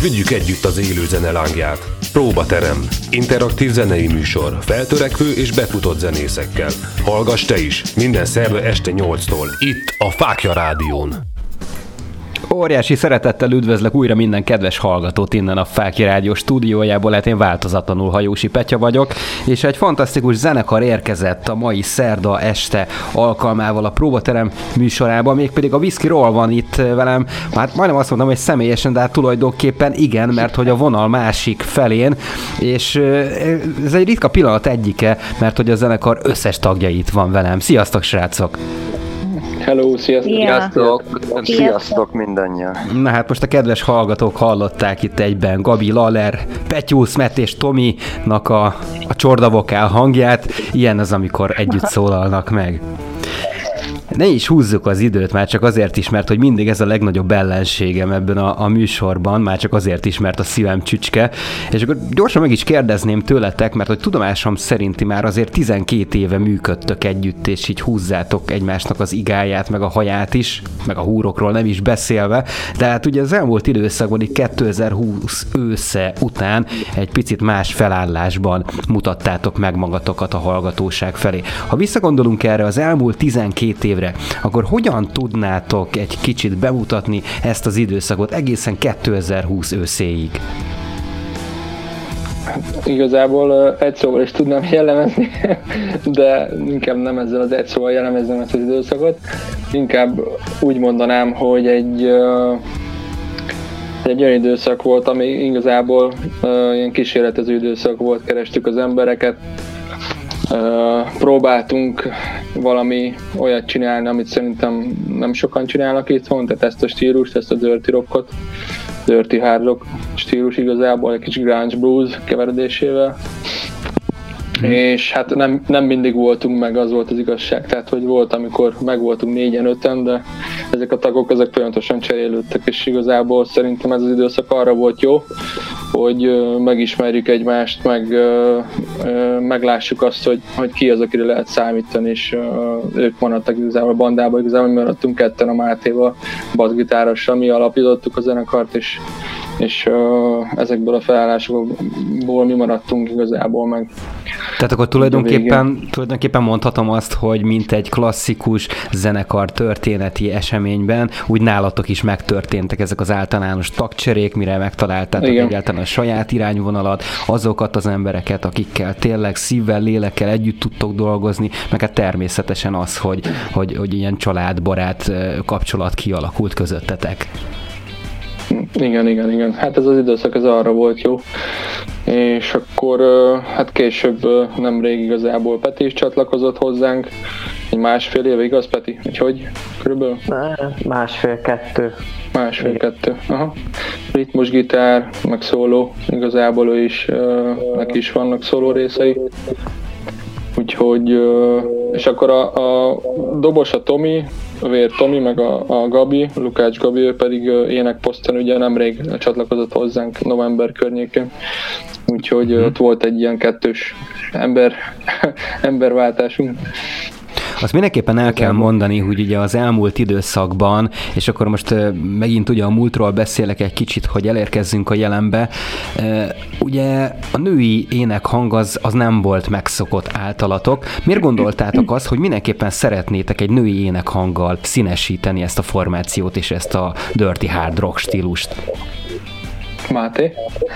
vigyük együtt az élő zene lángját. Próbaterem. Interaktív zenei műsor, feltörekvő és befutott zenészekkel. Hallgass te is, minden szerda este 8-tól, itt a Fáklya Rádión. Óriási szeretettel üdvözlök újra minden kedves hallgatót innen a Fáklya Rádió stúdiójából, hát én változatlanul Hajósi Petya vagyok, és egy fantasztikus zenekar érkezett a mai szerda este alkalmával a Próbaterem műsorában, mégpedig a Whiskey Roll van itt velem, hát majdnem azt mondtam, hogy személyesen, de hát tulajdonképpen igen, mert hogy a vonal másik felén, és ez egy ritka pillanat egyike, mert hogy a zenekar összes tagja itt van velem. Sziasztok, srácok! Hello, sziasztok! Sziasztok mindannyian! Na hát most a kedves hallgatók hallották itt egyben Gabi, Laler, Petyú, Szmet és Tominak a csordavokál hangját. Ilyen az, amikor együtt szólalnak meg. Ne is húzzuk az időt, már csak azért is, mert hogy mindig ez a legnagyobb ellenségem ebben a műsorban, már csak azért is, mert a szívem csücske. És akkor gyorsan meg is kérdezném tőletek, mert hogy tudomásom szerinti már azért 12 éve működtök együtt, és így húzzátok egymásnak az igáját, meg a haját is, meg a húrokról nem is beszélve. De hát ugye az elmúlt időszakban, 2020 ősze után egy picit más felállásban mutattátok meg magatokat a hallgatóság felé. Ha visszagondolunk erre az elmúlt 12 évre, akkor hogyan tudnátok egy kicsit bemutatni ezt az időszakot egészen 2020 őszéig? Igazából egy szóval is tudnám jellemezni, de inkább nem ezzel az egy szóval jellemezném ezt az időszakot. Inkább úgy mondanám, hogy egy olyan időszak volt, ami igazából ilyen kísérletező időszak volt, kerestük az embereket, próbáltunk valami olyat csinálni, amit szerintem nem sokan csinálnak itthon, tehát ezt a stílust, ezt a dirty rockot, dirty hard rock stílus igazából, egy kicsi grunge blues keveredésével. És hát nem mindig voltunk meg, az volt az igazság, tehát hogy volt, amikor meg voltunk 4-5-en, de ezek a tagok ezek folyamatosan cserélődtek, és igazából szerintem ez az időszak arra volt jó, hogy megismerjük egymást, meglássuk azt, hogy ki az, akire lehet számítani, és ők maradtak igazából a bandában, igazából mi maradtunk ketten a Mátéval, bassgitárossal, mi alapítottuk a zenekart, és ezekből a felállásokból mi maradtunk igazából meg. Tehát akkor tulajdonképpen mondhatom azt, hogy mint egy klasszikus zenekar történeti eseményben, úgy nálatok is megtörténtek ezek az általános tagcserék, mire megtaláltátok egyáltalán a saját irányvonalat, azokat az embereket, akikkel tényleg szívvel, lélekkel együtt tudtok dolgozni, meg hát természetesen az, hogy ilyen családbarát kapcsolat kialakult közöttetek. Igen. Hát ez az időszak ez arra volt jó. És akkor hát később nemrég igazából Peti is csatlakozott hozzánk. Egy másfél éve, igaz Peti? Hogy körülbelül? Másfél-kettő. Aha. Ritmusgitár, meg szóló. Igazából ő is, neki is vannak szóló részei. Úgyhogy, és akkor a dobos a Tomi, a Vér Tomi, meg a Gabi, Lukács Gabi, ő pedig énekposzton ugye nemrég csatlakozott hozzánk november környékén. Úgyhogy ott volt egy ilyen kettős emberváltásunk. Azt mindenképpen el kell mondani, hogy ugye az elmúlt időszakban, és akkor most megint ugye a múltról beszélek egy kicsit, hogy elérkezzünk a jelenbe, ugye a női énekhang az nem volt megszokott általatok. Miért gondoltátok azt, hogy mindenképpen szeretnétek egy női énekhanggal színesíteni ezt a formációt és ezt a dirty hard rock stílust? Máté?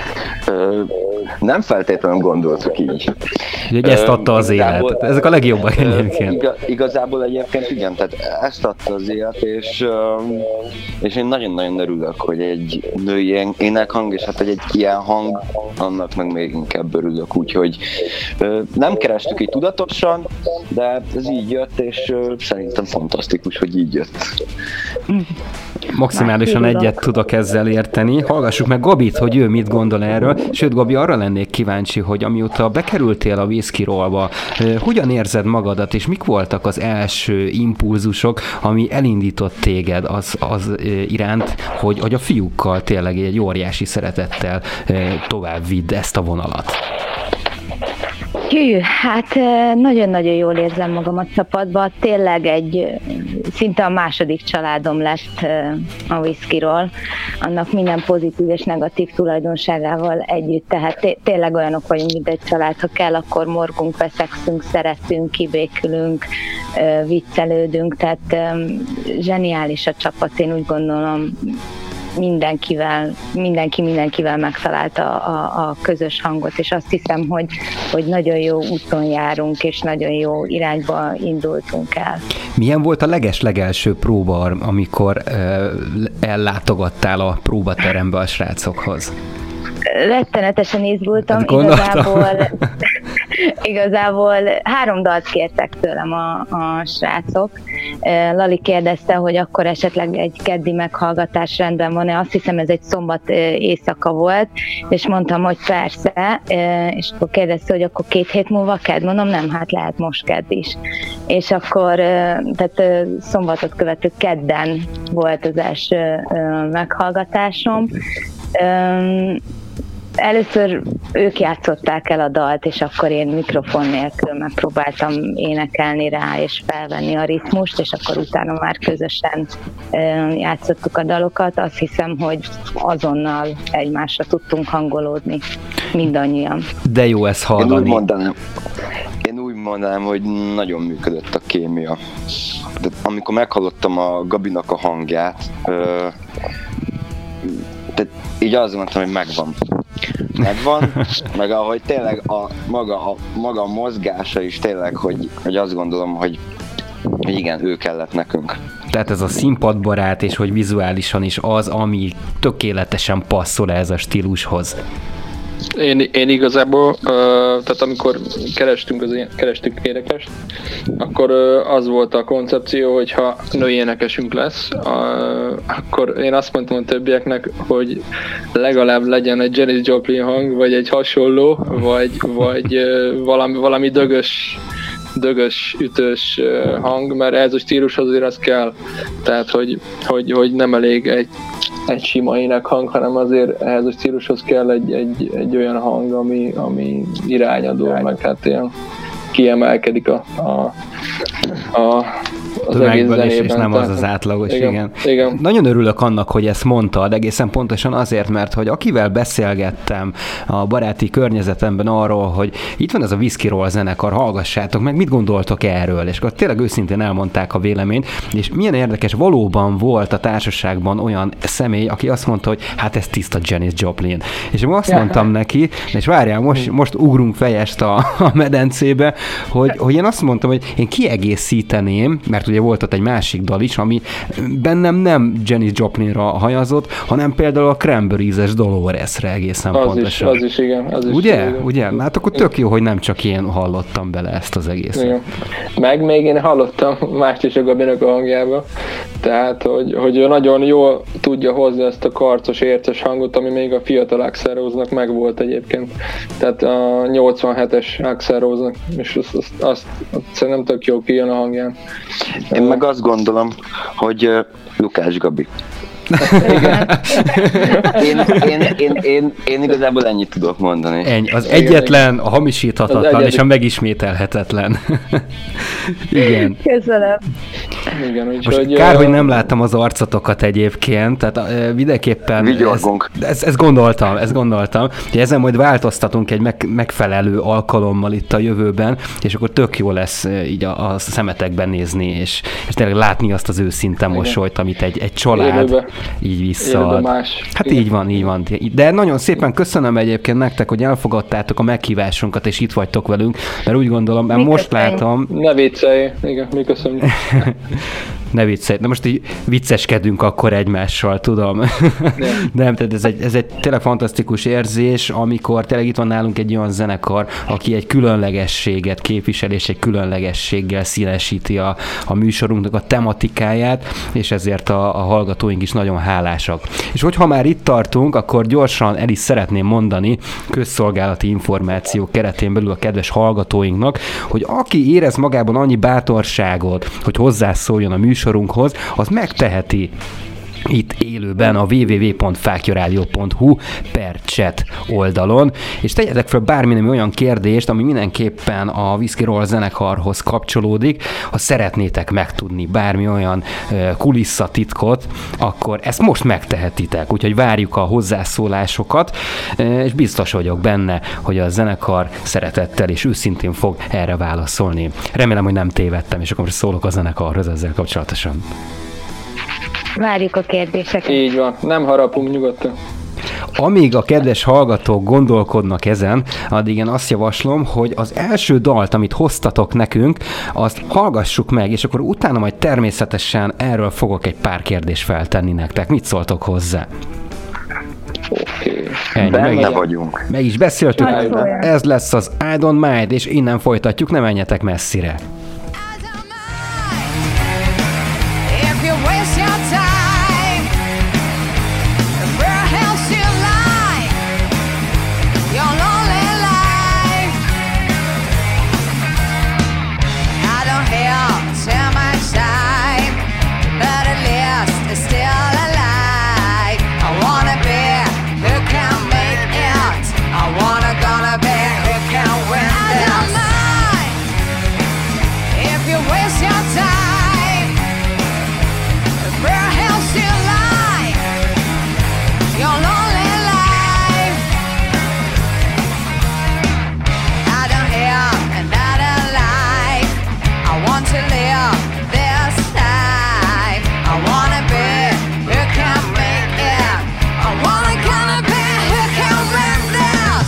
Nem feltétlenül gondoltuk így. Ugye ezt adta az élet. Ezek a legjobbak egyébként. Igazából egyébként igen, tehát ezt adta az élet, és én nagyon-nagyon örülök, hogy egy női énekhang, és hát egy ilyen hang, annak meg még inkább örülök, úgyhogy nem kerestük így tudatosan, de ez így jött, és szerintem fantasztikus, hogy így jött. Maximálisan egyet tudok ezzel érteni. Hallgassuk meg Gabit, hogy ő mit gondol erről. Sőt, Gabi, arra lennék kíváncsi, hogy amióta bekerültél a Whiskey Rollba, hogyan érzed magadat, és mik voltak az első impulzusok, ami elindított téged az iránt, hogy a fiúkkal tényleg egy óriási szeretettel tovább vidd ezt a vonalat? Hű, hát nagyon-nagyon jól érzem magam a csapatban. Tényleg szinte a második családom lett a whiskyról, annak minden pozitív és negatív tulajdonságával együtt. Tehát tényleg olyanok vagyunk, mint egy család. Ha kell, akkor morgunk, veszekszünk, szeretünk, kibékülünk, viccelődünk. Tehát zseniális a csapat, én úgy gondolom. Mindenkivel megtalálta a közös hangot, és azt hiszem, hogy nagyon jó úton járunk, és nagyon jó irányba indultunk el. Milyen volt a leges-legelső próba, amikor ellátogattál a próbaterembe a srácokhoz? Rettenetesen izgultam, igazából 3 dalt kértek tőlem a srácok. Lali kérdezte, hogy akkor esetleg egy keddi meghallgatás rendben van-e, azt hiszem ez egy szombat éjszaka volt, és mondtam, hogy persze, és akkor kérdezte, hogy akkor 2 hét múlva kedd, mondom, nem, hát lehet most kedd is. És akkor, tehát szombatot követő kedden volt az első meghallgatásom. Először ők játszották el a dalt, és akkor én mikrofon nélkül megpróbáltam énekelni rá, és felvenni a ritmust, és akkor utána már közösen játszottuk a dalokat. Azt hiszem, hogy azonnal egymásra tudtunk hangolódni, mindannyian. De jó ezt hallani. Én úgy mondanám, hogy nagyon működött a kémia. De amikor meghallottam a Gabinak a hangját, tehát így azt mondtam, hogy megvan, meg ahogy tényleg maga a mozgása is tényleg, hogy azt gondolom, hogy igen, ő kellett nekünk. Tehát ez a színpadbarát, és hogy vizuálisan is az, ami tökéletesen passzol ez a stílushoz. Én igazából, tehát amikor kerestük énekest, akkor az volt a koncepció, hogy ha női énekesünk lesz, akkor én azt mondtam a többieknek, hogy legalább legyen egy Janis Joplin hang, vagy egy hasonló, vagy valami dögös, ütős hang, mert ez a stílus azért az kell. Tehát, hogy nem elég egy sima énekhang, hanem azért ehhez a stílushoz kell egy olyan hang, ami irányadó, meg hát ilyen kiemelkedik az egész zenében. És nem az átlagos, igen. Nagyon örülök annak, hogy ezt mondtad, egészen pontosan azért, mert hogy akivel beszélgettem a baráti környezetemben arról, hogy itt van ez a Whisky Roll zenekar, hallgassátok meg, mit gondoltok erről, és akkor tényleg őszintén elmondták a véleményt, és milyen érdekes, valóban volt a társaságban olyan személy, aki azt mondta, hogy hát ez tiszta Janis Joplin. És azt mondtam neki, és várjál, most ugrunk fejest a medencébe, hogy én azt mondtam, hogy én kiegészíteném, mert ugye volt ott egy másik dal is, ami bennem nem Janis Joplinra hajazott, hanem például a Cranberries-es Doloresre egészen pontosan. Az is, igen. Ugye? Hát akkor tök jó, hogy nem csak én hallottam bele ezt az egészet. Igen. Meg még én hallottam mást is a Gabinak a hangjába, tehát, hogy ő nagyon jól tudja hozni ezt a karcos, érces hangot, ami még a fiatal Axl Rose-nak megvolt egyébként. Tehát a 87-es Axl Rose-nak, és azt szerintem tök jó kijön a hangján. Én meg azt gondolom, hogy Lukács Gabi. Én igazából ennyit tudok mondani. Ennyi. Az egyetlen, a hamisíthatatlan és a megismételhetetlen. Igen. Köszönöm. Igen, most kár, hogy nem láttam az arcotokat egyébként, tehát mindenképpen ezt gondoltam, hogy ezen majd változtatunk egy megfelelő alkalommal itt a jövőben, és akkor tök jó lesz így a szemetekben nézni, és tényleg látni azt az őszinte mosolyt, amit egy család így visszaad. Hát így van. De nagyon szépen köszönöm egyébként nektek, hogy elfogadtátok a meghívásunkat, és itt vagytok velünk, mert úgy gondolom, mert most látom... Ne viccelj, igen, mi köszönjük. Ne viccelj, de most így vicceskedünk akkor egymással, tudom. Nem, tehát ez egy tényleg fantasztikus érzés, amikor tényleg itt van nálunk egy olyan zenekar, aki egy különlegességet képvisel, és egy különlegességgel színesíti a műsorunknak a tematikáját, és ezért a hallgatóink is nagyon hálásak. És hogyha már itt tartunk, akkor gyorsan el is szeretném mondani közszolgálati információ keretén belül a kedves hallgatóinknak, hogy aki érez magában annyi bátorságot, hogy hozzászóljon a műsorunkhoz, az megteheti itt élőben a www.fáklyaradio.hu/chat oldalon, és tegyetek fel bármilyen olyan kérdést, ami mindenképpen a Whiskey Roll zenekarhoz kapcsolódik. Ha szeretnétek megtudni bármi olyan kulisszatitkot, akkor ezt most megtehetitek, úgyhogy várjuk a hozzászólásokat, és biztos vagyok benne, hogy a zenekar szeretettel és őszintén fog erre válaszolni. Remélem, hogy nem tévedtem, és akkor most szólok a zenekarhoz ezzel kapcsolatosan. Várjuk a kérdéseket. Így van, nem harapunk nyugodtan. Amíg a kedves hallgatók gondolkodnak ezen, addig én azt javaslom, hogy az első dalt, amit hoztatok nekünk, azt hallgassuk meg, és akkor utána majd természetesen erről fogok egy pár kérdést feltenni nektek. Mit szóltok hozzá? Oké. Benne vagyunk. Meg is beszéltük, Ajde. ez lesz az I Don't Mind, és innen folytatjuk, ne menjetek messzire. If you waste your time, where else you like your lonely life? I don't have too much time, but at least it's still alive. I wanna be who can make it. I wanna gonna be who can win this. I don't mind if you waste your time. Where else you like your lonely life? I don't have another life. I want to live this life. I wanna be who can make it. I wanna gonna be who can win this.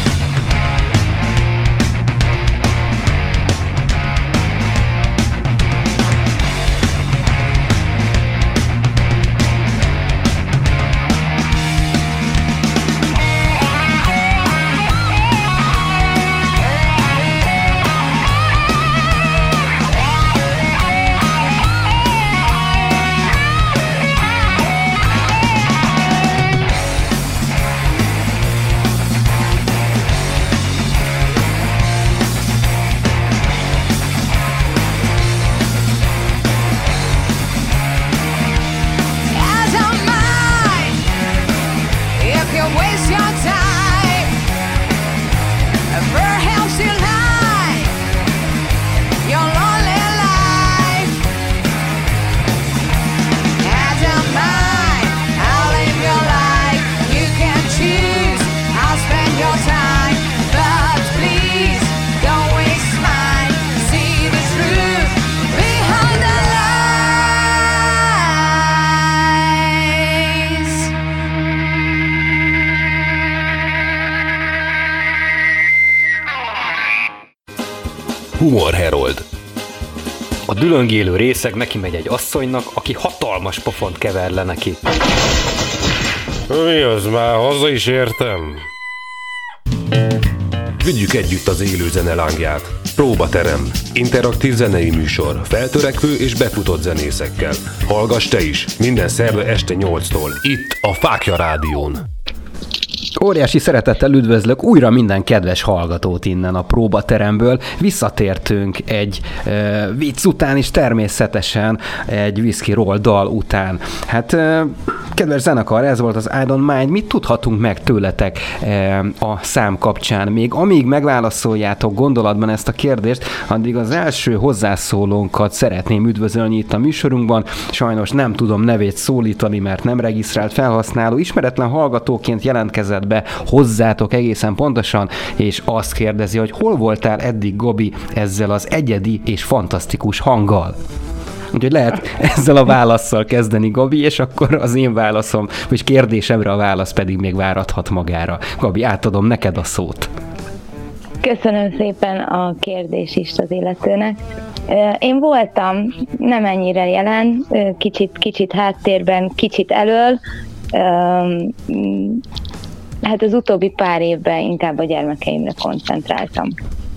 I don't mind if you waste your time. Where else you like your lonely life? I don't mind how live your life. You can choose how spend your time, but please don't waste mine. See the truth behind the lies. Humor Herold. A dülöngélő részeg neki megy egy asszonynak, aki hatalmas pofont kever le neki. Mi az már, haza is értem. Vigyük együtt az élő zene lángját. Próbaterem. Interaktív zenei műsor. Feltörekvő és befutott zenészekkel. Hallgass te is. Minden szerda este 8-tól. Itt a Fákja Rádión. Óriási szeretettel üdvözlök újra minden kedves hallgatót innen a próbateremből. Visszatértünk egy vicc után is, természetesen egy Whiskey Roll dal után. Hát, kedves zenekar, ez volt az I Don't Mind. Mit tudhatunk meg tőletek a szám kapcsán? Még amíg megválaszoljátok gondolatban ezt a kérdést, addig az első hozzászólónkat szeretném üdvözölni itt a műsorunkban. Sajnos nem tudom nevét szólítani, mert nem regisztrált felhasználó. Ismeretlen hallgatóként jelentkezett be hozzátok egészen pontosan, és azt kérdezi, hogy hol voltál eddig, Gabi, ezzel az egyedi és fantasztikus hanggal? Úgyhogy lehet ezzel a válasszal kezdeni, Gabi, és akkor az én válaszom, vagy kérdésemre a válasz pedig még várathat magára. Gabi, átadom neked a szót. Köszönöm szépen a kérdés is az illetőnek. Én voltam nem ennyire jelen, kicsit háttérben, kicsit elől. Hát az utóbbi pár évben inkább a gyermekeimre koncentráltam.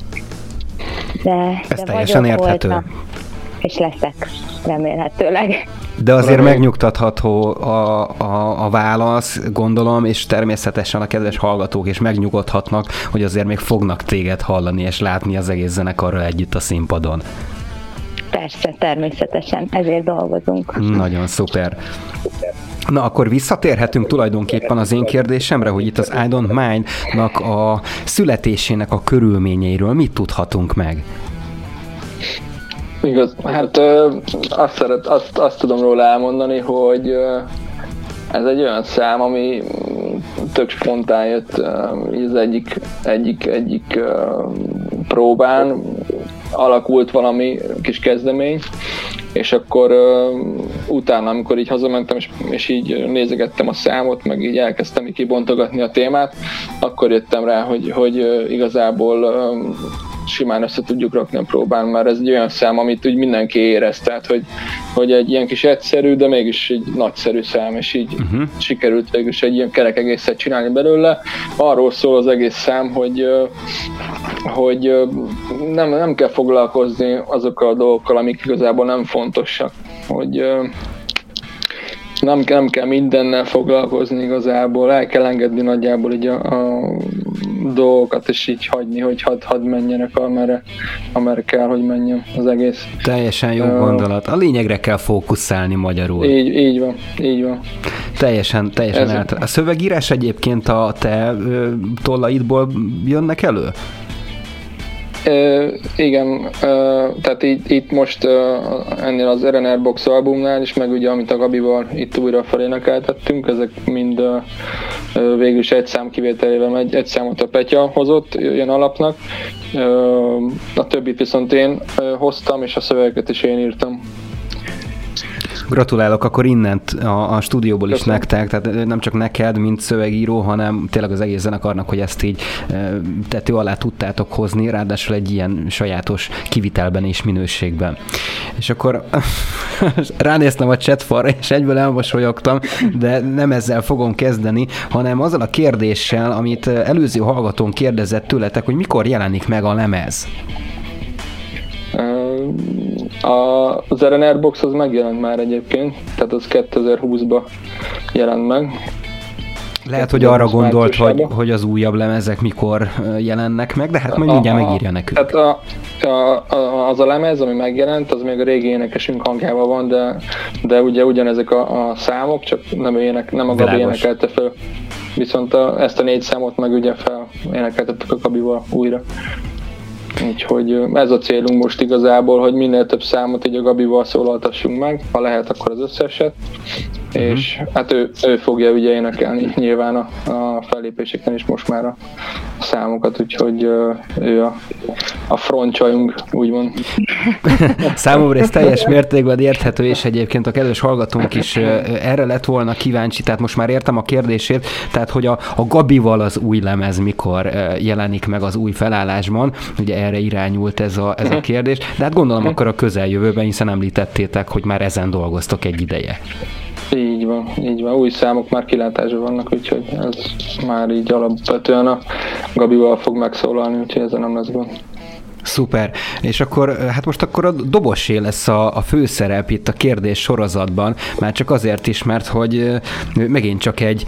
De teljesen érthető. voltam, és leszek remélhetőleg. De azért megnyugtatható a válasz, gondolom, és természetesen a kedves hallgatók is megnyugodhatnak, hogy azért még fognak téged hallani és látni az egész zenekarral együtt a színpadon. Persze, természetesen, ezért dolgozunk. Nagyon szuper. Na, akkor visszatérhetünk tulajdonképpen az én kérdésemre, hogy itt az I Don't Mind-nak a születésének a körülményeiről mit tudhatunk meg? Igaz, hát azt tudom róla elmondani, hogy ez egy olyan szám, ami tök spontán jött az egyik próbán, alakult valami kis kezdemény, és akkor utána, amikor így hazamentem, és így nézegettem a számot, meg így elkezdtem így kibontogatni a témát, akkor jöttem rá, hogy igazából simán össze tudjuk rakni a próbán, mert ez egy olyan szám, amit úgy mindenki érez, tehát hogy egy ilyen kis egyszerű, de mégis egy nagyszerű szám, és így sikerült végül is egy ilyen kerek egészet csinálni belőle. Arról szól az egész szám, hogy nem kell foglalkozni azokkal a dolgokkal, amik igazából nem fontosak, hogy nem kell mindennel foglalkozni igazából, el kell engedni nagyjából így a dolgokat, és így hagyni, hogy hadd menjenek amerre kell, hogy menjen az egész. Teljesen jó gondolat. A lényegre kell fókuszálni magyarul. Így van. Teljesen A szövegírás egyébként a te tollaidból jönnek elő? Igen, tehát itt most ennél az RNR Box albumnál is, meg ugye amit a Gabival itt újra felénekeltettünk, ezek mind végül is egy szám kivételével egy számot a Petya hozott ilyen alapnak, a többit viszont én hoztam, és a szövegeket is én írtam. Gratulálok akkor innent a stúdióból is nektek, tehát nem csak neked, mint szövegíró, hanem tényleg az egész zenekarnak, hogy ezt így tető alá tudtátok hozni, ráadásul egy ilyen sajátos kivitelben és minőségben. És akkor ránéztem a chatfalra, és egyből elmosolyogtam, de nem ezzel fogom kezdeni, hanem azzal a kérdéssel, amit előző hallgatón kérdezett tőletek, hogy mikor jelenik meg a lemez? Az RNR Box az megjelent már egyébként, tehát az 2020-ban jelent meg. Lehet, hogy arra gondolt, hogy az újabb lemezek mikor jelennek meg, de hát majd mindjárt megírja nekünk. Tehát az a lemez, ami megjelent, az még a régi énekesünk hangjában van, de ugye ugyanezek a számok, csak nem a Gabi énekelte fel. Viszont ezt a 4 számot meg ugye felénekeltettük a Gabival újra. Úgyhogy ez a célunk most igazából, hogy minél több számot így a Gabival szólaltassunk meg, ha lehet, akkor az összeset, és hát ő fogja ugye énekelni nyilván a fellépéseken is most már a számokat, úgyhogy ő a frontcsajunk, úgymond. Számomra ez teljes mértékben érthető, és egyébként a kedves hallgatónk is erre lett volna kíváncsi, tehát most már értem a kérdését, tehát hogy a Gabival az új lemez mikor jelenik meg az új felállásban, ugye erre irányult ez a kérdés, de hát gondolom akkor a közeljövőben, hiszen említettétek, hogy már ezen dolgoztok egy ideje. Így van. Új számok már kilátásban vannak, úgyhogy ez már így alapvetően a Gabival fog megszólalni, úgyhogy ezen nem lesz gond. Szuper. És akkor, hát most akkor a Dobosé lesz a főszerep itt a kérdés sorozatban, már csak azért is, mert hogy megint csak egy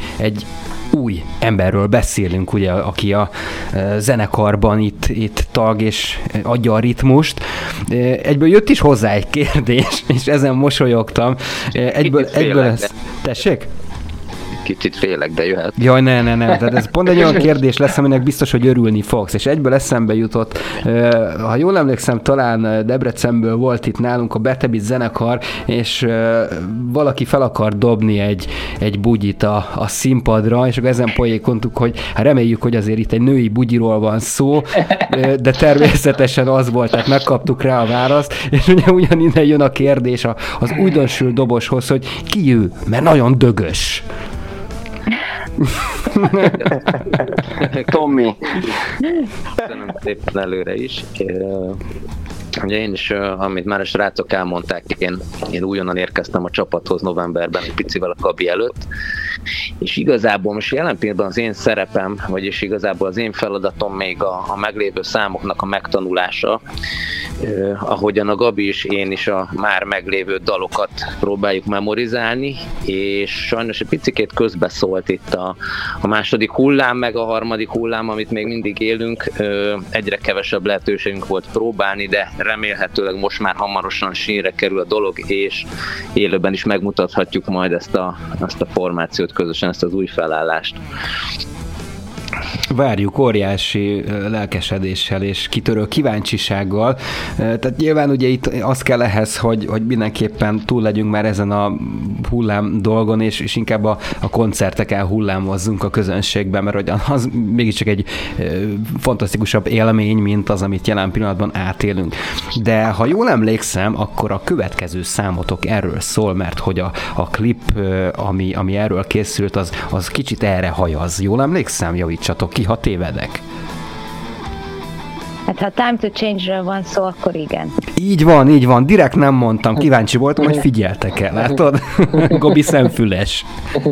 új emberről beszélünk, ugye, aki a zenekarban itt tag és adja a ritmust. Egyből jött is hozzá egy kérdés, és ezen mosolyogtam. Egyből lesz. Tessék? Kicsit félek, de jöhet. Jaj, ne. Tehát ez pont egy olyan kérdés lesz, aminek biztos, hogy örülni fogsz. És egyből eszembe jutott, ha jól emlékszem, talán Debrecenből volt itt nálunk a Betebit zenekar, és valaki fel akar dobni egy bugyit a színpadra, és akkor ezen poénkodtuk, hogy hát reméljük, hogy azért itt egy női bugyiról van szó, de természetesen az volt, tehát megkaptuk rá a választ, és ugye ugyaninnen jön a kérdés az újdonsült Doboshoz, hogy ki ő, mert nagyon dögös. Tommy. Köszönöm szépen előre is. Ugye én is, amit már a srácok elmondták, én újonnan érkeztem a csapathoz novemberben, egy picivel a Gabi előtt, és igazából most jelen pillanatban az én szerepem, vagyis igazából az én feladatom még a meglévő számoknak a megtanulása. ahogyan a Gabi is, én is a már meglévő dalokat próbáljuk memorizálni, és sajnos egy picikét közbeszólt itt a második hullám, meg a harmadik hullám, amit még mindig élünk. Egyre kevesebb lehetőségünk volt próbálni, de remélhetőleg most már hamarosan sínre kerül a dolog, és élőben is megmutathatjuk majd ezt a formációt közösen, ezt az új felállást. Várjuk óriási lelkesedéssel és kitörő kíváncsisággal. Tehát nyilván ugye itt az kell ehhez, hogy mindenképpen túl legyünk már ezen a hullám dolgon, és inkább a koncerteken hullámozzunk a közönségben, mert az mégiscsak egy fantasztikusabb élmény, mint az, amit jelen pillanatban átélünk. De ha jól emlékszem, akkor a következő számotok erről szól, mert hogy a klip, ami erről készült, az kicsit erre hajaz. Jól emlékszem? Javítsatok ki, ha tévedek. Hát ha Time to Change-ről van szó, akkor igen. Így van. Direkt nem mondtam. Kíváncsi voltam, hogy figyeltek-e. Látod? Gabi szemfüles.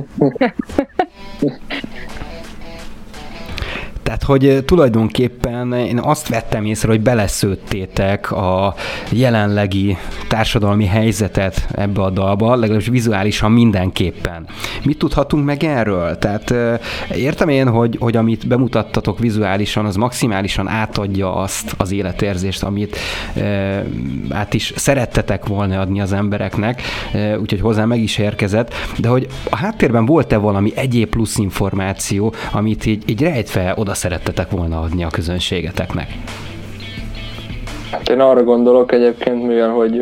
Tehát, hogy tulajdonképpen én azt vettem észre, hogy beleszőttétek a jelenlegi társadalmi helyzetet ebbe a dalba, legalábbis vizuálisan mindenképpen. Mit tudhatunk meg erről? Tehát értem én, hogy amit bemutattatok vizuálisan, az maximálisan átadja azt az életérzést, amit át is szerettetek volna adni az embereknek, úgyhogy hozzá meg is érkezett, de hogy a háttérben volt-e valami egyéb plusz információ, amit így rejtve oda szerettetek volna adni a közönségeteknek? Hát én arra gondolok egyébként, mivel hogy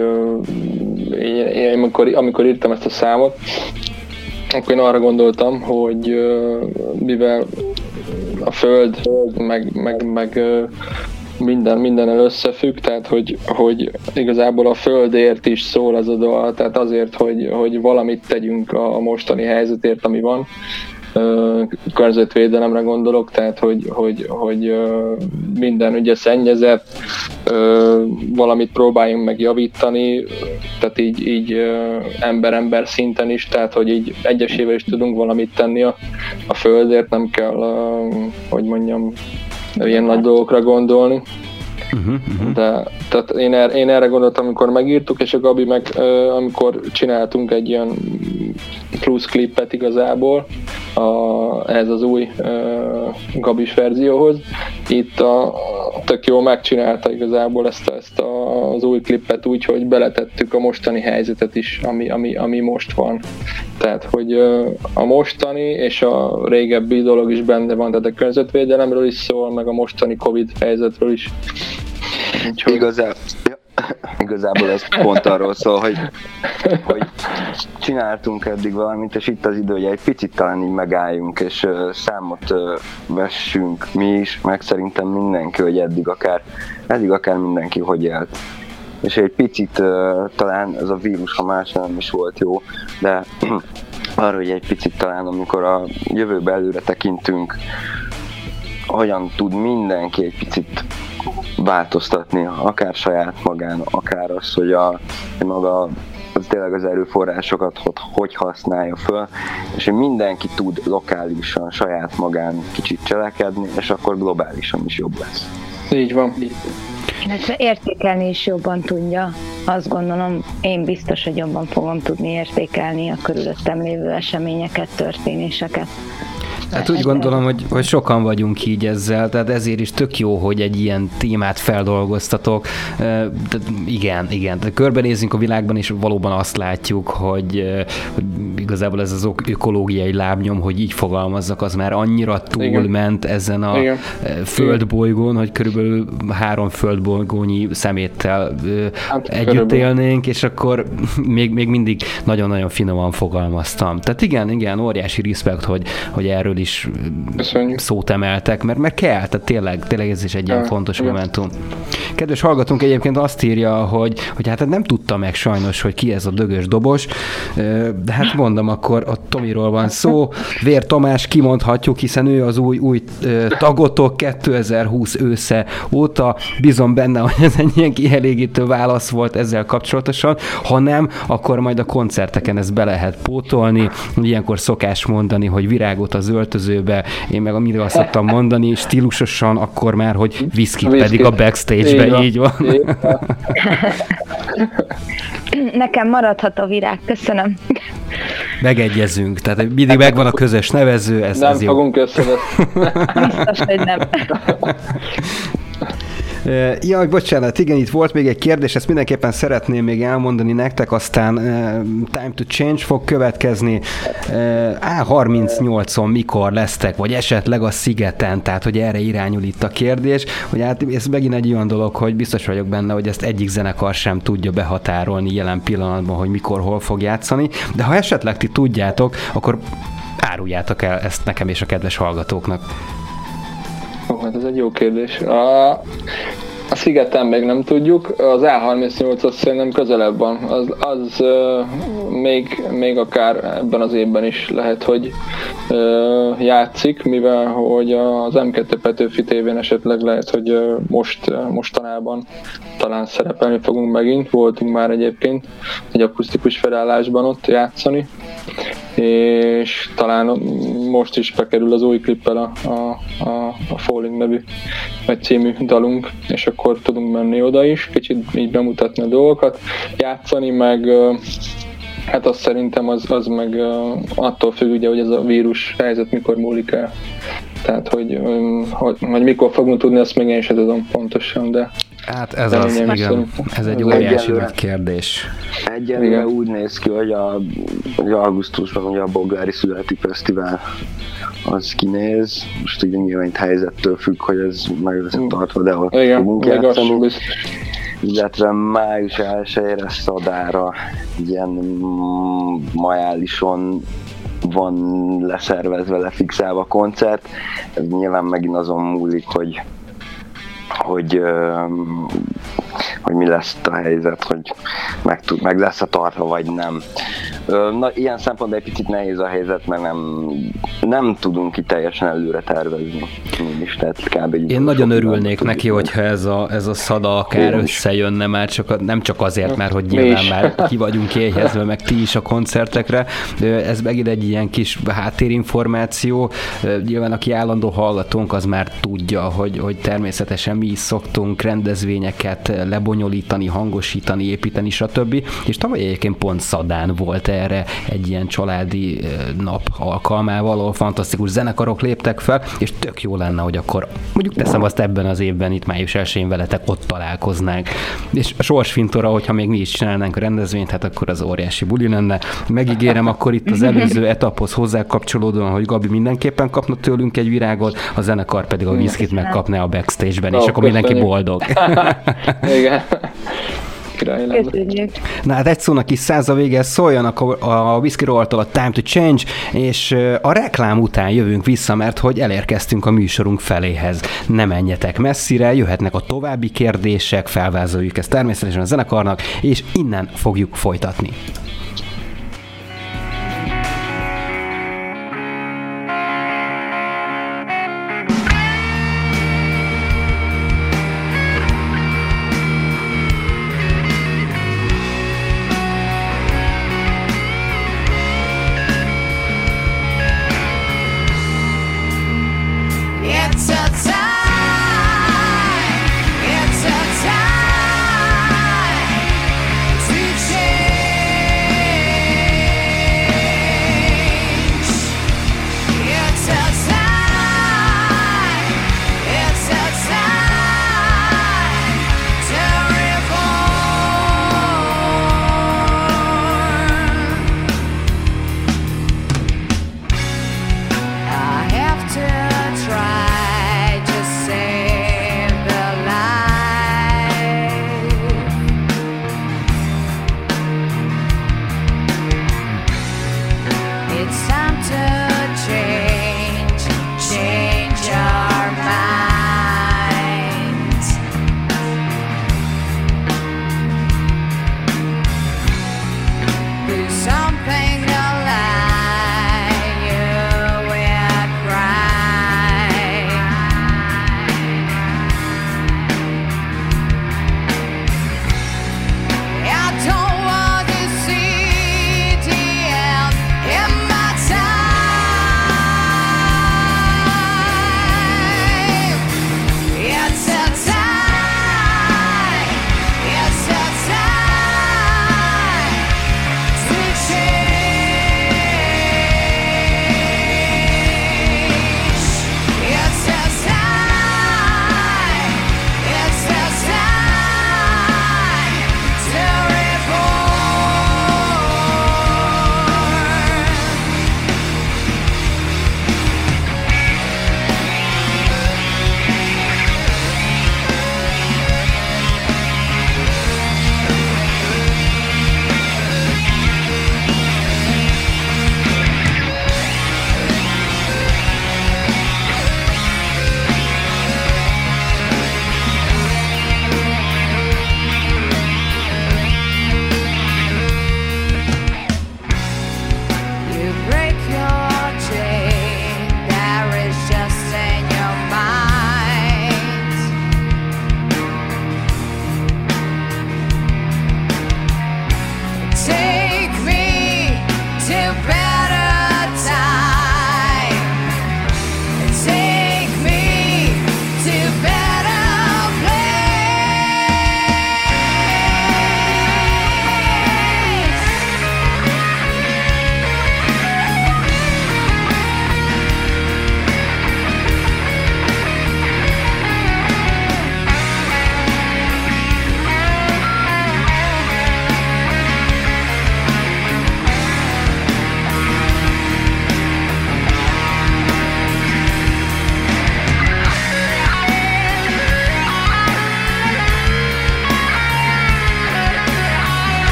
én amikor írtam ezt a számot, akkor én arra gondoltam, hogy mivel a Föld meg mindennel összefügg, tehát hogy igazából a Földért is szól az a dal, tehát azért, hogy valamit tegyünk a mostani helyzetért, ami van. Környezetvédelemre gondolok, tehát hogy minden ugye szennyezett, valamit próbáljunk meg javítani, tehát így ember szinten is, tehát hogy így egyesével is tudunk valamit tenni a Földért, nem kell, hogy mondjam, ilyen nagy dolgokra gondolni. De tehát én erre gondoltam, amikor megírtuk, és a Gabi meg amikor csináltunk egy ilyen plusz klippet igazából ehhez az új Gabis verzióhoz. Itt tök jól megcsinálta igazából ezt az új klippet úgy, hogy beletettük a mostani helyzetet is, ami most van. Tehát, hogy a mostani és a régebbi dolog is benne van, tehát a környezetvédelemről is szól, meg a mostani Covid helyzetről is. Úgyhogy... Igazából ez pont arról szól, hogy csináltunk eddig valamit, és itt az idő, hogy egy picit talán így megálljunk, és számot vessünk mi is, meg szerintem mindenki, hogy eddig akár mindenki hogy élt. És egy picit talán ez a vírus, ha más nem is volt jó, de arra, hogy egy picit talán, amikor a jövőbe előre tekintünk, hogyan tud mindenki egy picit változtatni, akár saját magán, akár az, hogy maga tényleg az erőforrásokat hogy használja föl, és hogy mindenki tud lokálisan, saját magán kicsit cselekedni, és akkor globálisan is jobb lesz. Így van. Hát értékelni is jobban tudja. Azt gondolom, én biztos, hogy jobban fogom tudni értékelni a körülöttem lévő eseményeket, történéseket. Hát úgy gondolom, hogy sokan vagyunk így ezzel, tehát ezért is tök jó, hogy egy ilyen témát feldolgoztatok. Igen, tehát körbenézünk a világban, és valóban azt látjuk, hogy igazából ez az ökológiai lábnyom, hogy így fogalmazzak, az már annyira túlment ezen a földbolygón, hogy körülbelül 3 földbolygónyi szeméttel együtt élnénk, és akkor még mindig nagyon-nagyon finoman fogalmaztam. Tehát igen, óriási respekt, hogy erről is szót emeltek, mert kell, tehát tényleg ez is egy ilyen fontos momentum. Kedves hallgatónk egyébként azt írja, hogy hát nem tudta meg sajnos, hogy ki ez a dögös dobos, de hát mondom, akkor a Tomiról van szó. Vér Tamás, kimondhatjuk, hiszen ő az új tagotok 2020 ősze óta. Bízom benne, hogy ez egy ilyen kielégítő válasz volt ezzel kapcsolatosan. Ha nem, akkor majd a koncerteken ezt be lehet pótolni. Ilyenkor szokás mondani, hogy virágot a zöld öltözőbe, én meg amire azt szoktam mondani, stílusosan akkor már, hogy viszkit pedig a backstage-be, így van. Nekem maradhat a virág, köszönöm. Megegyezünk, tehát mindig megvan a közös nevező, ez nem jó. fogunk összeveszni. Biztos, hogy nem. Jaj, bocsánat, igen, itt volt még egy kérdés, ezt mindenképpen szeretném még elmondani nektek, aztán Time to Change fog következni. A38-on mikor lesztek, vagy esetleg a Szigeten, tehát hogy erre irányul itt a kérdés, hogy hát ez megint egy olyan dolog, hogy biztos vagyok benne, hogy ezt egyik zenekar sem tudja behatárolni jelen pillanatban, hogy mikor, hol fog játszani, de ha esetleg ti tudjátok, akkor áruljátok el ezt nekem és a kedves hallgatóknak. Hát ez egy jó kérdés. A Szigeten még nem tudjuk, az A38-os szerintem közelebb van. Az még akár ebben az évben is lehet, hogy játszik, mivel hogy az M2 Petőfi tévén esetleg lehet, hogy mostanában talán szerepelni fogunk megint. Voltunk már egyébként egy akusztikus felállásban ott játszani, és talán most is bekerül az új klippel a Falling nevű egy című dalunk, és akkor tudunk menni oda is, kicsit így bemutatni a dolgokat, játszani, meg hát azt szerintem az meg attól függ, ugye, hogy ez a vírus helyzet mikor múlik el. Tehát, hogy mikor fogunk tudni, azt még én sem tudom pontosan, de hát ez az, igen, ez egy óriási nagy kérdés. Egyelőre úgy néz ki, hogy augusztusban ugye a Bolgári Születi Fesztivál az kinéz. Most ugye nyilván itt helyzettől függ, hogy ez meg lesz tartva, de ott fogunk játszani. Illetve május 1-ére Szadára ilyen majálison van leszervezve, lefixálva a koncert. Ez nyilván megint azon múlik, hogy mi lesz a helyzet, hogy meg lesz a tartva, vagy nem. Na, ilyen szempontból egy picit nehéz a helyzet, mert nem tudunk itt teljesen előre tervezni. Tehát kb. Én nagyon örülnék neki, hogyha ez a Szada akár összejönne már, nem csak azért, mert hogy nyilván már ki vagyunk éhezve, meg ti is a koncertekre. Ez megint egy ilyen kis háttérinformáció. Nyilván aki állandó hallgatónk, az már tudja, hogy természetesen mi is szoktunk rendezvényeket lebonyolítani, hangosítani, építeni, stb. És tavaly egyébként pont Szadán volt erre egy ilyen családi nap alkalmával, ahol fantasztikus zenekarok léptek fel, és tök jó lenne, hogy akkor mondjuk teszem azt ebben az évben, itt május 1-én veletek ott találkoznánk. És a sorsfintora, hogyha még mi is csinálnánk a rendezvényt, hát akkor az óriási buli lenne. Megígérem akkor itt az előző etaphoz hozzá kapcsolódóan, hogy Gabi mindenképpen kapna tőlünk egy virágot, a zenekar pedig a viszkit megkapná a backstage-ben, és akkor mindenki boldog. Igen. Köszönjük. Na hát egy szónak is száz a vége, szóljanak a Whisky Rolltól a Time to Change, és a reklám után jövünk vissza, mert hogy elérkeztünk a műsorunk feléhez. Ne menjetek messzire, jöhetnek a további kérdések, felvázoljuk ezt természetesen a zenekarnak, és innen fogjuk folytatni. It's a time to change.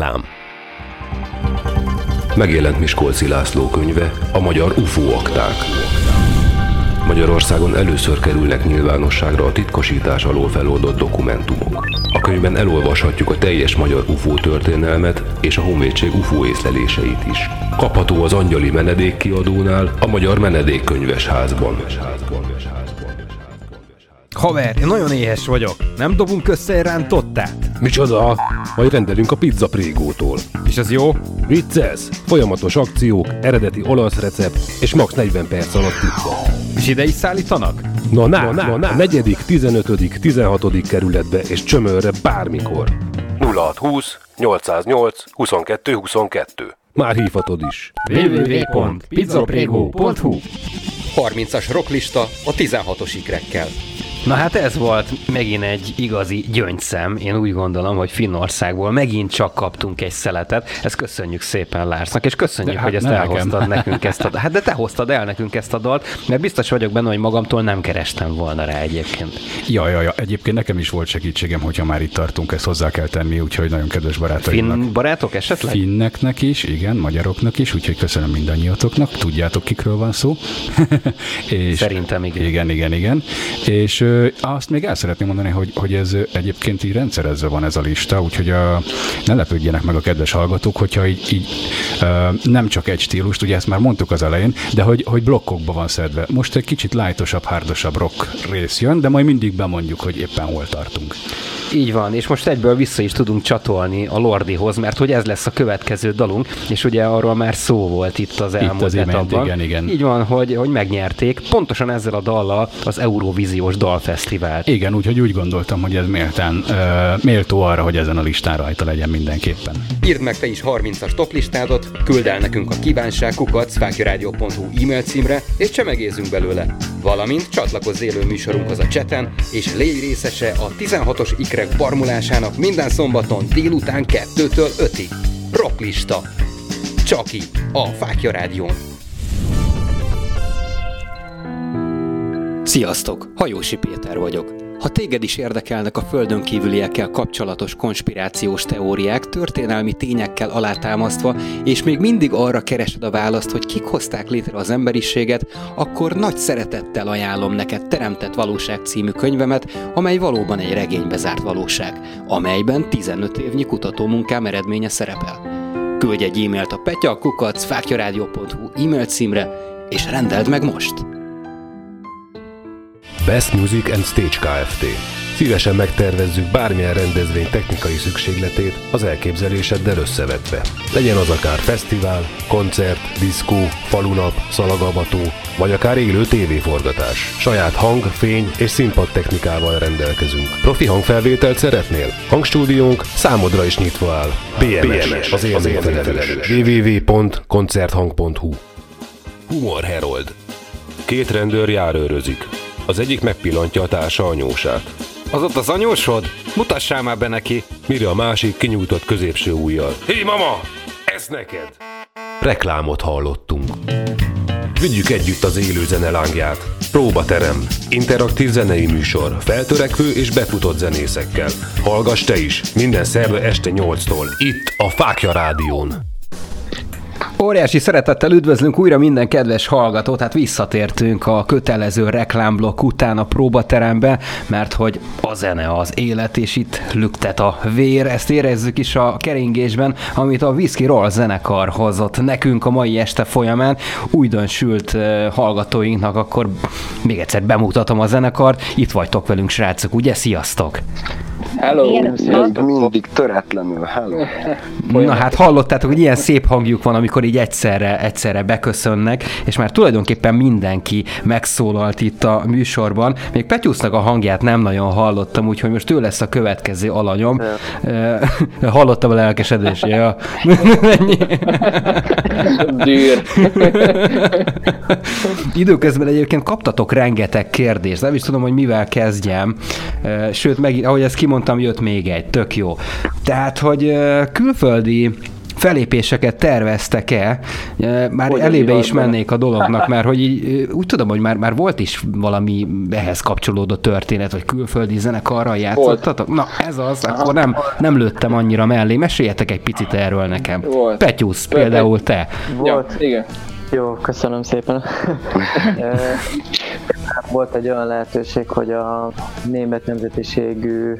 Reklám. Megjelent Miskolci László könyve, a magyar UFO akták. Magyarországon először kerülnek nyilvánosságra a titkosítás alól feloldott dokumentumok. A könyvben elolvashatjuk a teljes magyar UFO történelmet és a honvédség UFO észleléseit is. Kapható az Angyali Menedék kiadónál, a Magyar Menedékkönyves Házban. Haver, én nagyon éhes vagyok. Nem dobunk össze egy rántottát? Micsoda? Majd rendelünk a Pizza Prégótól. És az jó? Vicces! Folyamatos akciók, eredeti olasz recept és max 40 perc alatt pizza. És ide is szállítanak? Na, a 4., 15., 16. kerületbe és Csömörre bármikor. 0620 808 22 22. Már hívhatod is. www.pizzaprego.hu 30-as rocklista a 16-os ikrekkel. Na hát ez volt megint egy igazi gyöngyszem. Én úgy gondolom, hogy Finnországból megint csak kaptunk egy szeletet. Ezt köszönjük szépen Lásznak, és köszönjük, hogy ezt elhoztad nekünk ezt a... Hát de te hoztad el nekünk ezt a dalt, mert biztos vagyok benne, hogy magamtól nem kerestem volna rá egyébként. Ja. Egyébként nekem is volt segítségem, hogyha már itt tartunk, ezt hozzá kell tenni, úgyhogy nagyon kedves barátaimnak. Finn barátok esetleg? Finneknek is, igen, magyaroknak is, úgyhogy köszönöm mindannyiatoknak. Tudjátok, kikről van szó. És szerintem igen. Igen. És azt még el szeretném mondani, hogy ez egyébként így rendszerezve van ez a lista, úgyhogy ne lepődjenek meg a kedves hallgatók, hogyha így nem csak egy stílust, ugye ezt már mondtuk az elején, de hogy blokkokba van szedve. Most egy kicsit lightosabb, hardosabb rock rész jön, de majd mindig bemondjuk, hogy éppen hol tartunk. Így van, és most egyből vissza is tudunk csatolni a Lordihoz, mert hogy ez lesz a következő dalunk, és ugye arról már szó volt itt az elmúlt etapban. Igen. Így van, hogy megnyerték pontosan ezzel a dallal az Eurovíziós Dalfesztivált. Igen, úgyhogy úgy gondoltam, hogy ez méltó arra, hogy ezen a listán rajta legyen mindenképpen. Írd meg te is 30-as toplistádat, küld el nekünk a kívánság@fákjaradio.hu e-mail címre, és csemegézzünk belőle. Valamint csatlakozz élő műsorunkhoz a chaten, és légy részese a 16-os ikrek barmulásának minden szombaton délután 2-től 5-ig. Rocklista. Csak itt, a Fákja Rádión. Sziasztok! Hajósi Péter vagyok. Ha téged is érdekelnek a földön kívüliekkel kapcsolatos konspirációs teóriák, történelmi tényekkel alátámasztva, és még mindig arra keresed a választ, hogy kik hozták létre az emberiséget, akkor nagy szeretettel ajánlom neked Teremtett Valóság című könyvemet, amely valóban egy regénybe zárt valóság, amelyben 15 évnyi kutatómunkám eredménye szerepel. Küldj egy e-mailt a petya@fákjaradio.hu e-mail címre, és rendeld meg most! Best Music and Stage Kft. Szívesen megtervezzük bármilyen rendezvény technikai szükségletét az elképzeléseddel összevetve. Legyen az akár fesztivál, koncert, diszkó, falunap, szalagavató, vagy akár élő tévéforgatás. Saját hang, fény és színpad technikával rendelkezünk. Profi hangfelvételt szeretnél? Hangstúdiónk számodra is nyitva áll. BMS, az élményfelelős. www.koncerthang.hu. Humor Herold. 2 rendőr járőrözik. Az egyik megpillantja a társa anyósát. Az ott az anyósod? Mutassál már be neki! Mire a másik kinyújtott középső ujjal. Hé mama! Ez neked! Reklámot hallottunk. Vigyük együtt az élő zene lángját. Próbaterem. Interaktív zenei műsor. Feltörekvő és befutott zenészekkel. Hallgass te is! Minden szerda este 8-tól. Itt a Fákja Rádión. Óriási szeretettel üdvözlünk újra minden kedves hallgatót, hát visszatértünk a kötelező reklámblokk után a próbaterembe, mert hogy a zene az élet, és itt lüktet a vér, ezt érezzük is a keringésben, amit a Whiskey Roll zenekar hozott nekünk a mai este folyamán. Újdonsült hallgatóinknak akkor még egyszer bemutatom a zenekart, itt vagytok velünk srácok, ugye? Sziasztok! Hello! Mindig töretlenül, hello! Na hát hallottátok, hogy ilyen szép hangjuk van, amikor így egyszerre beköszönnek, és már tulajdonképpen mindenki megszólalt itt a műsorban. Még Petyusznak a hangját nem nagyon hallottam, úgyhogy most ő lesz a következő alanyom. Hallottam a lelkesedését. Ja. Időközben egyébként kaptatok rengeteg kérdést, nem is tudom, hogy mivel kezdjem. Sőt, ahogy ezt kimondtam, jött még egy, tök jó. Tehát, hogy külföldi felépéseket terveztek-e? Már Hogy elébe az is mennék a dolognak, mert hogy így, úgy tudom, hogy már volt is valami ehhez kapcsolódó történet, vagy külföldi zenekarral játszottatok? Na, ez az, akkor nem lőttem annyira mellé. Meséljetek egy picit erről nekem. Volt. Petyusz, például te. Volt. Ja, igen. Jó, köszönöm szépen. Volt egy olyan lehetőség, hogy a német nemzetiségű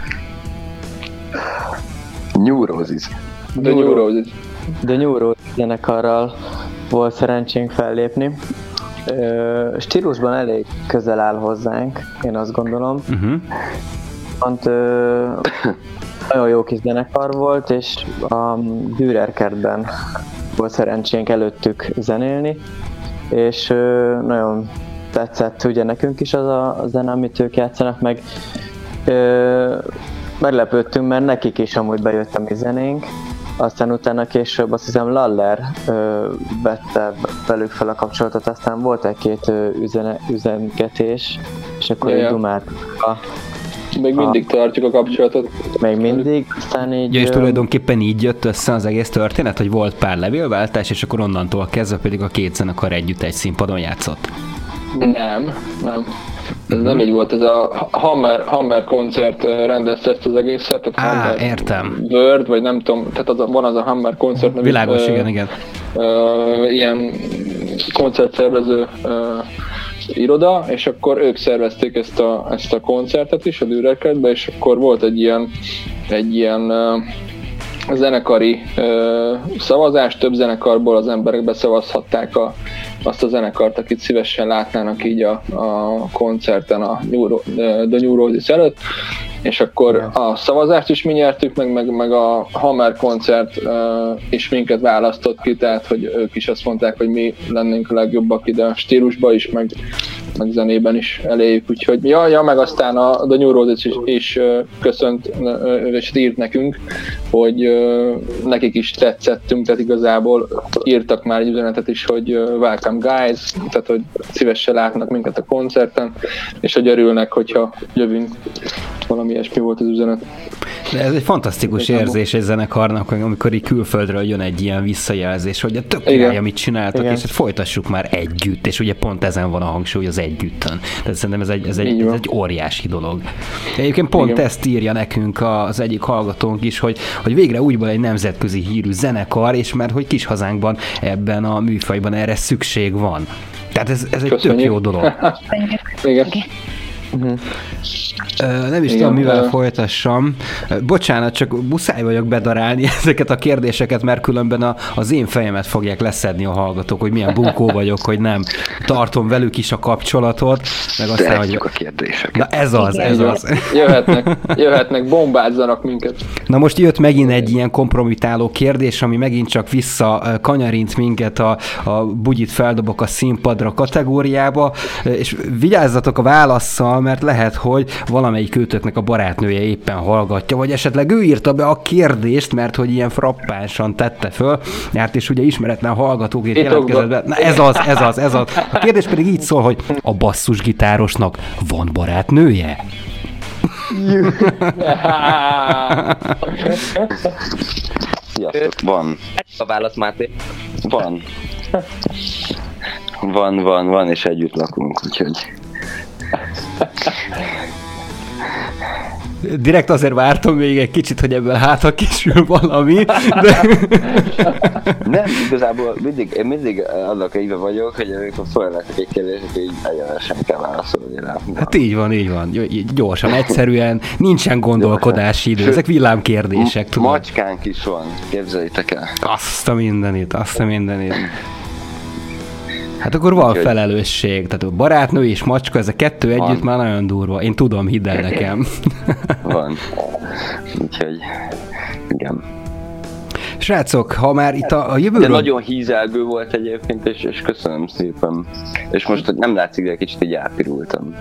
Neurosis. The Neurosis zenekarral volt szerencsénk fellépni. Stílusban elég közel áll hozzánk, én azt gondolom. Pont nagyon jó kis zenekar volt, és a Dürerkertben volt szerencsénk előttük zenélni, és nagyon tetszett ugye nekünk is az a zene, amit ők játszanak, meg meglepődtünk, mert nekik is amúgy bejött a mi zenénk, aztán utána később azt hiszem Laller vette velük fel a kapcsolatot, aztán volt egy-két üzengetés, és akkor így dumáltuk Még mindig tartjuk a kapcsolatot. Még mindig, aztán így... Ja, és tulajdonképpen így jött össze az egész történet, hogy volt pár levélváltás, és akkor onnantól kezdve pedig a két zenekar együtt egy színpadon játszott. Nem. Ez nem így volt, ez a Hammer koncert rendezte ezt az egészet. Értem. Word, vagy nem tudom, tehát van az a Hammer koncert. Világos, igen. Ilyen koncertszervező iroda, és akkor ők szervezték ezt a koncertet is a Dürerkertbe, és akkor volt egy ilyen zenekari szavazás, több zenekarból az emberek beszavazhatták azt a zenekart, akit szívesen látnának így a koncerten a The Neurosis előtt, és akkor a szavazást is mi nyertük, meg a Hammer koncert is minket választott ki, tehát hogy ők is azt mondták, hogy mi lennénk a legjobbak ide a stílusba is, meg zenében is eléjük, úgyhogy meg aztán a The Neurosis is köszönt, és írt nekünk, hogy nekik is tetszettünk, tehát igazából írtak már egy üzenetet is, hogy welcome guys, tehát hogy szívesen látnak minket a koncerten, és hogy örülnek, hogyha jövünk. Valami ilyesmi volt az üzenet. De ez egy fantasztikus érzés egy zenekarnak, amikor így külföldről jön egy ilyen visszajelzés, hogy a tök király, amit csináltak, és folytassuk már együtt, és ugye pont ezen van a hangsúly, az együttön. Tehát szerintem ez egy óriási dolog. Egyébként pont ezt írja nekünk az egyik hallgatónk is, hogy végre úgy van egy nemzetközi hírű zenekar, és mert hogy kis hazánkban ebben a műfajban erre szükség van. Tehát ez egy tök jó dolog. Igen. Nem is tudom, mivel folytassam. Bocsánat, csak muszáj vagyok bedarálni ezeket a kérdéseket, mert különben az én fejemet fogják leszedni a hallgatók, hogy milyen bunkó vagyok, hogy nem tartom velük is a kapcsolatot. Meg aztán, hogy... a kérdéseket. Na ez az. Jöhetnek, bombázzanak minket. Na most jött megint egy ilyen kompromitáló kérdés, ami megint csak visszakanyarint minket a bugyit feldobok a színpadra kategóriába, és vigyázzatok a válasszal, mert lehet, hogy valamelyik őtöknek a barátnője éppen hallgatja, vagy esetleg ő írta be a kérdést, mert hogy ilyen frappánsan tette föl, mert és ugye ismeretlen hallgatóként jelentkezett be. Na ez az. A kérdés pedig így szól, hogy a basszusgitárosnak van barátnője? Sziasztok, van. A válasz, Máté? Van, és együtt lakunk, úgyhogy... Direkt azért vártam még egy kicsit, hogy ebből hátra kisül valami, de... Nem, igazából mindig annak éve vagyok, hogy amikor fellettek egy kérdést, hogy egyenesen kell válaszolni rá. Hát így van. Gyorsan, egyszerűen, nincsen gondolkodási idő. Ezek villámkérdések, tudod. Macskánk is van, képzeljétek el. Azt a mindenit. Hát akkor van felelősség, tehát a barátnő és macska, ez a kettő együtt már nagyon durva. Én tudom, hidd el nekem. Van. Úgyhogy, igen. Srácok, ha már itt a jövőről... De nagyon hízelgő volt egyébként, és köszönöm szépen. És most nem látszik, de kicsit így elpirultam.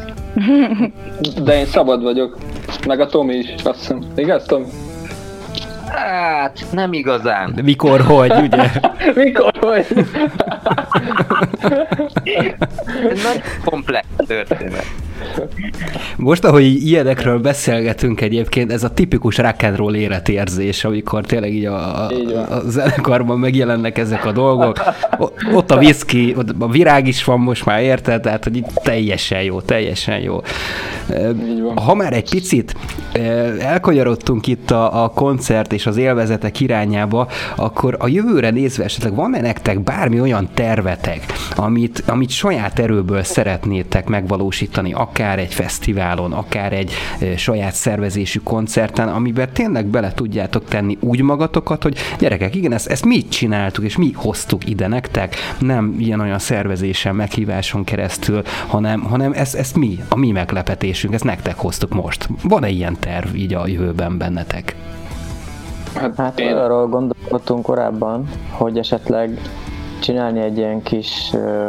De én szabad vagyok. Meg a Tomi is, azt hiszem. Igaz, Tomi? Hát, nem igazán. De mikor, hogy, ugye? Mikor? Hogy... Ez nagy komplex történet. Most, ahogy ilyenekről beszélgetünk egyébként, ez a tipikus rock and roll életérzés, amikor tényleg így a zenekarban megjelennek ezek a dolgok. Ott a whisky, ott a virág is van most már, érted? Tehát, hogy itt teljesen jó, teljesen jó. Ha már egy picit elkanyarodtunk itt a koncert és az élvezetek irányába, akkor a jövőre nézve esetleg van-e nektek bármi olyan tervetek, amit saját erőből szeretnétek megvalósítani, akár egy fesztiválon, akár egy saját szervezésű koncerten, amiben tényleg bele tudjátok tenni úgy magatokat, hogy gyerekek, igen, ezt mi csináltuk, és mi hoztuk ide nektek, nem ilyen-olyan szervezésen, meghíváson keresztül, hanem ezt mi, a mi meglepetésünk, ezt nektek hoztuk most. Van-e ilyen terv így a jövőben bennetek? Hát arról gondolkodtunk korábban, hogy esetleg csinálni egy ilyen kis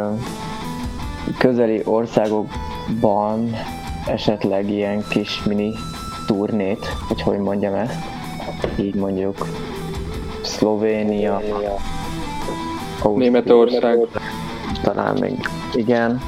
közeli országokban esetleg ilyen kis mini turnét, hogy mondjam ezt, így mondjuk Szlovénia, Németország, talán még igen,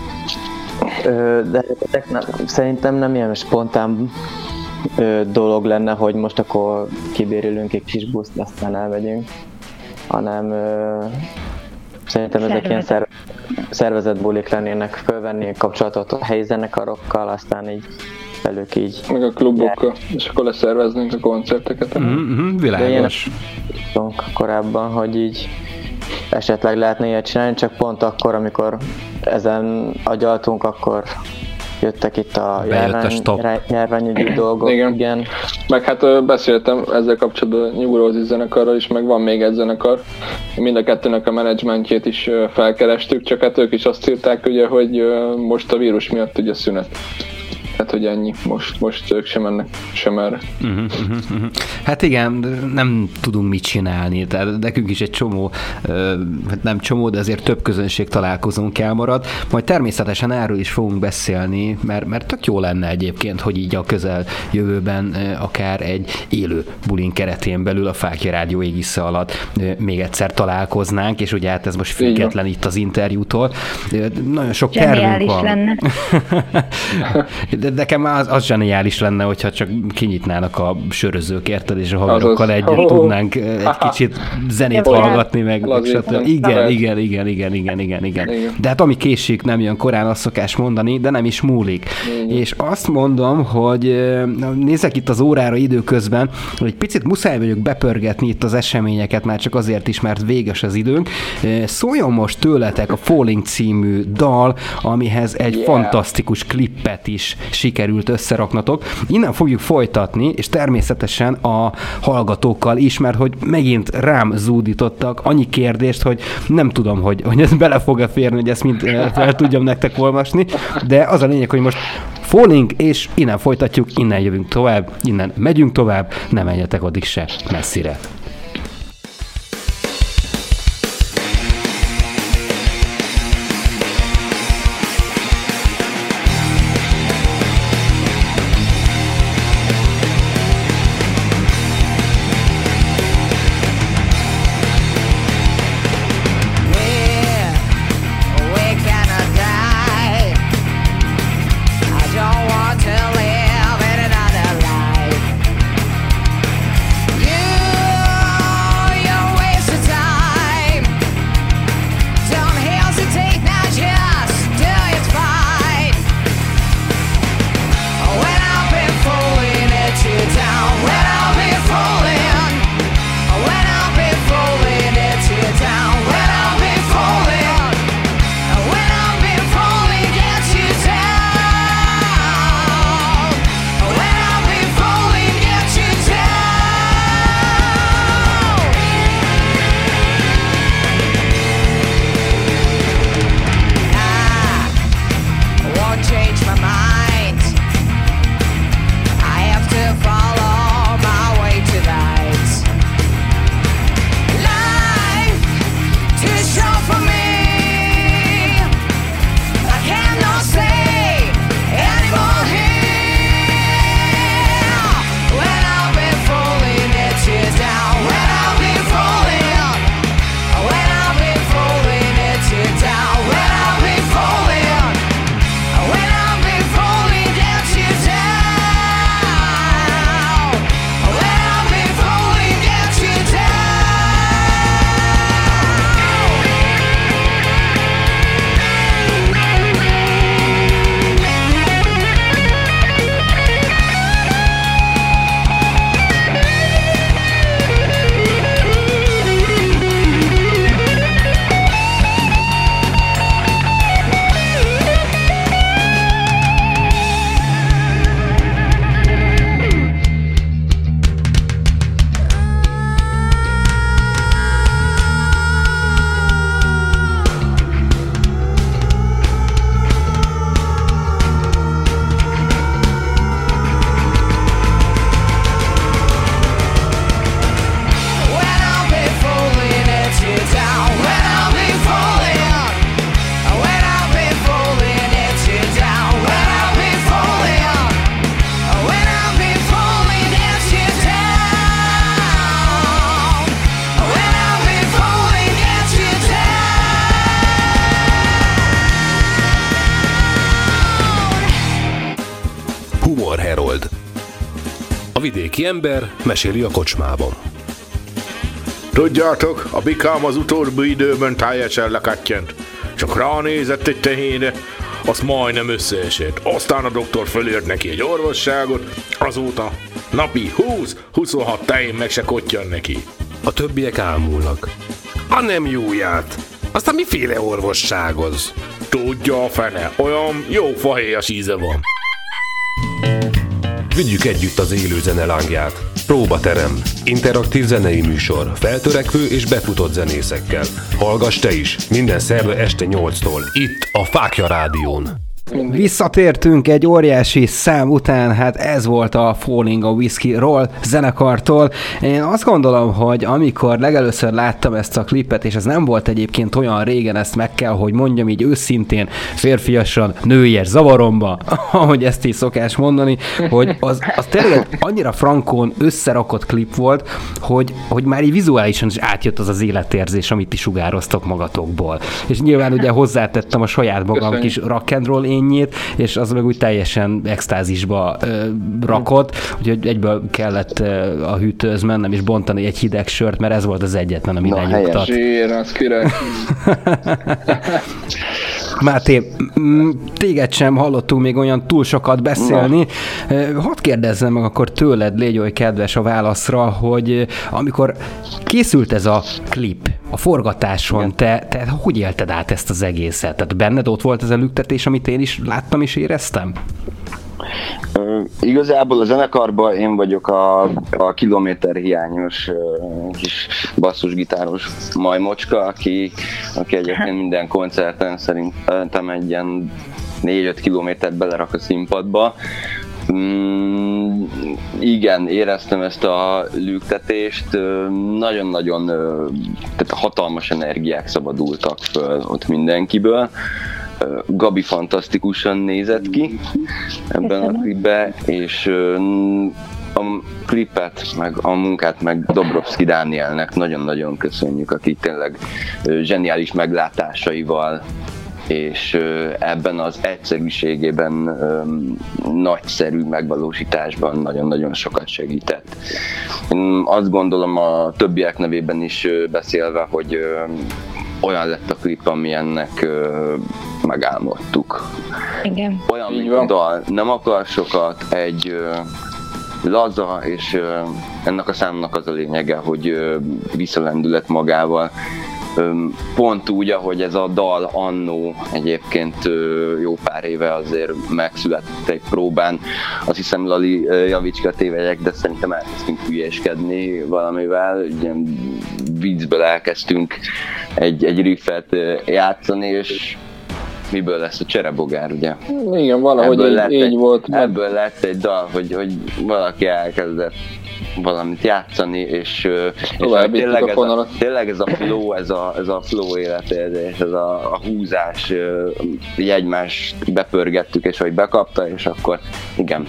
de szerintem nem ilyen spontán dolog lenne, hogy most akkor kibérülünk egy kis buszt, aztán elmegyünk, hanem szerintem ezek ilyen szervezett bulik lennének, fölvenni kapcsolatot a helyi zenekarokkal, aztán így velük így... Meg a klubokkal, és akkor leszerveznénk a koncerteket. Világos. Korábban, hogy így esetleg lehetne ilyet csinálni, csak pont akkor, amikor ezen agyaltunk, akkor jöttek itt a járványügyi dolgok. Igen. Meg hát beszéltem ezzel kapcsolatban a Neurosis zenekarral is, meg van még egy zenekar. Mind a kettőnek a menedzsmentjét is felkerestük, csak hát ők is azt írták, ugye, hogy most a vírus miatt ugye szünet. Hát, hogy ennyi, most ők sem mennek sem erre. Hát igen, nem tudunk mit csinálni, tehát nekünk is egy csomó, hát nem csomó, de azért több közönség találkozónk elmarad. Majd természetesen erről is fogunk beszélni, mert tök jó lenne egyébként, hogy így a közeljövőben akár egy élő bulin keretén belül a Fáklya Rádió égisze alatt még egyszer találkoznánk, és ugye hát ez most független itt az interjútól. Nagyon sok tervünk van. Lenne. De nekem az zseniális lenne, hogyha csak kinyitnának a sörözők, érted, és a haverokkal együtt tudnánk egy kicsit zenét hallgatni, meg stb. Igen. De hát ami késik, nem jön korán, azt szokás mondani, de nem is múlik. És azt mondom, hogy nézek itt az órára időközben, hogy egy picit muszáj vagyok bepörgetni itt az eseményeket, már csak azért is, mert véges az időnk. Szóljon most tőletek a Falling című dal, amihez egy fantasztikus klippet is sikerült összeraknatok. Innen fogjuk folytatni, és természetesen a hallgatókkal is, mert hogy megint rám zúdítottak annyi kérdést, hogy nem tudom, hogy ez bele fog-e férni, hogy ezt mind fel tudjam nektek olvasni, de az a lényeg, hogy most Falling, és innen folytatjuk, innen jövünk tovább, innen megyünk tovább, ne menjetek addig se messzire. You A vidéki ember meséli a kocsmában. Tudjátok, a bikám az utóbbi időben teljesen lekattyant. Csak ránézett egy tehénre, azt majdnem összeesett. Aztán a doktor fölírt neki egy orvosságot, azóta napi 20-26 tehén meg se kottyan neki. A többiek ámulnak. A nem jóját! Aztán miféle orvosságoz? Tudja a fene, olyan jó fahéjas íze van. Vigyük együtt az élő zene lángját. Próbaterem. Interaktív zenei műsor. Feltörekvő és befutott zenészekkel. Hallgass te is. Minden szerda este 8-tól. Itt a Fákja Rádión. Visszatértünk egy óriási szám után, hát ez volt a Falling a Whiskey-ról zenekartól. Én azt gondolom, hogy amikor legelőször láttam ezt a klipet, és ez nem volt egyébként olyan régen, ezt meg kell, hogy mondjam így őszintén, férfiasan, nőies zavaromba, ahogy ezt így szokás mondani, hogy az tényleg annyira frankón összerakott klip volt, hogy már így vizuálisan is átjött az az életérzés, amit ti sugároztok magatokból. És nyilván ugye hozzátettem a saját magam kis rock and roll énnyét, és az meg úgy teljesen extázisba rakott, úgyhogy egyből kellett a hűtőhöz mennem és bontani egy hideg sört, mert ez volt az egyetlen, ami lenyugtat. Zsír, az király. Máté, téged sem hallottunk még olyan túl sokat beszélni. Hadd kérdezzem meg akkor tőled, légy oly kedves a válaszra, hogy amikor készült ez a klip, a forgatáson, te hogy élted át ezt az egészet? Tehát benned ott volt ez a lüktetés, amit én is láttam és éreztem? Igazából a zenekarban én vagyok a kilométerhiányos kis basszusgitáros majmocska, aki egyébként minden koncerten szerintem egy ilyen 4-5 kilométert belerak a színpadba. Igen, éreztem ezt a lüktetést, nagyon-nagyon tehát hatalmas energiák szabadultak föl ott mindenkiből. Gabi fantasztikusan nézett ki ebben a klipben, és a klipet, meg a munkát meg Dobrovszky Dánielnek nagyon-nagyon köszönjük, aki tényleg zseniális meglátásaival és ebben az egyszerűségében, nagyszerű megvalósításban nagyon-nagyon sokat segített. Én azt gondolom a többiek nevében is beszélve, hogy olyan lett a klip, amilyennek megálmodtuk. Igen. Olyan, mint a dal, nem akar sokat, egy laza, és ennek a számnak az a lényege, hogy visszalendület magával. Pont úgy, ahogy ez a dal annó egyébként jó pár éve azért megszületett egy próbán. Azt hiszem, Lali, javíts tévelyek, de szerintem elkezdtünk hülyéskedni valamivel. Ilyen viccből elkezdtünk egy riffet játszani, és miből lesz a cserebogár, ugye? Igen, valahogy így volt. Ebből lett egy dal, hogy valaki elkezdett valamit játszani, és tényleg ez a flow, ez a flow életérzés, ez a húzás, így egymást bepörgettük, és hogy bekapta, és akkor igen.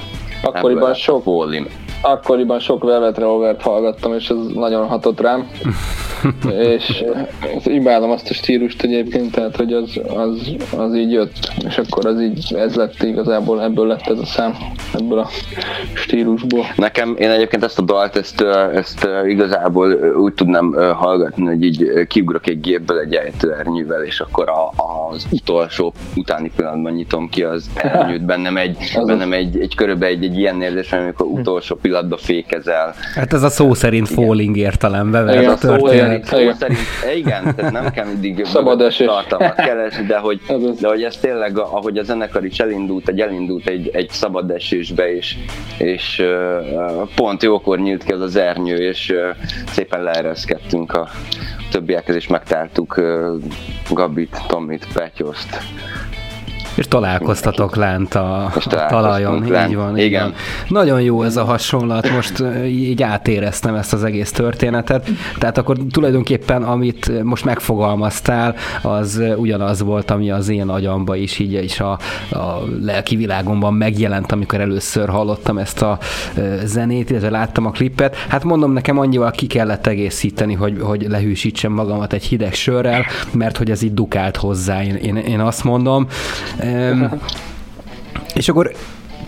Akkoriban sok Velvet Revolvert hallgattam, és ez nagyon hatott rám. És imádom azt a stílust egyébként, tehát hogy az így jött, és akkor ez lett igazából, ebből lett ez a szám, ebből a stílusból. Én egyébként ezt a dalt, ezt igazából úgy tudnám hallgatni, hogy így kiugrok egy gépből egy ejtőernyővel, és akkor az utolsó utáni pillanatban nyitom ki az ernyőt, bennem egy körülbelül egy ilyen érzés, amikor utolsó pillanatban fékezel. Hát ez a szó szerint falling értelemben, ez a történet. Igen, tehát nem kell mindig tartalmat keresni, de hogy ez tényleg, ahogy a zenekar is elindult egy szabad esésbe, és pont jókor nyílt ki az ernyő, és szépen leereszkedtünk a többiekhez, és megtártuk Gabit, Tomit, Petyoszt. És találkoztatok lent a talajon, így van. Igen. Nagyon jó ez a hasonlat, most így átéreztem ezt az egész történetet, tehát akkor tulajdonképpen, amit most megfogalmaztál, az ugyanaz volt, ami az én agyamba is, így is a lelki világomban megjelent, amikor először hallottam ezt a zenét, illetve láttam a klipet. Hát mondom, nekem annyival ki kellett egészíteni, hogy lehűsítsem magamat egy hideg sörrel, mert hogy ez így dukált hozzá, én azt mondom. És akkor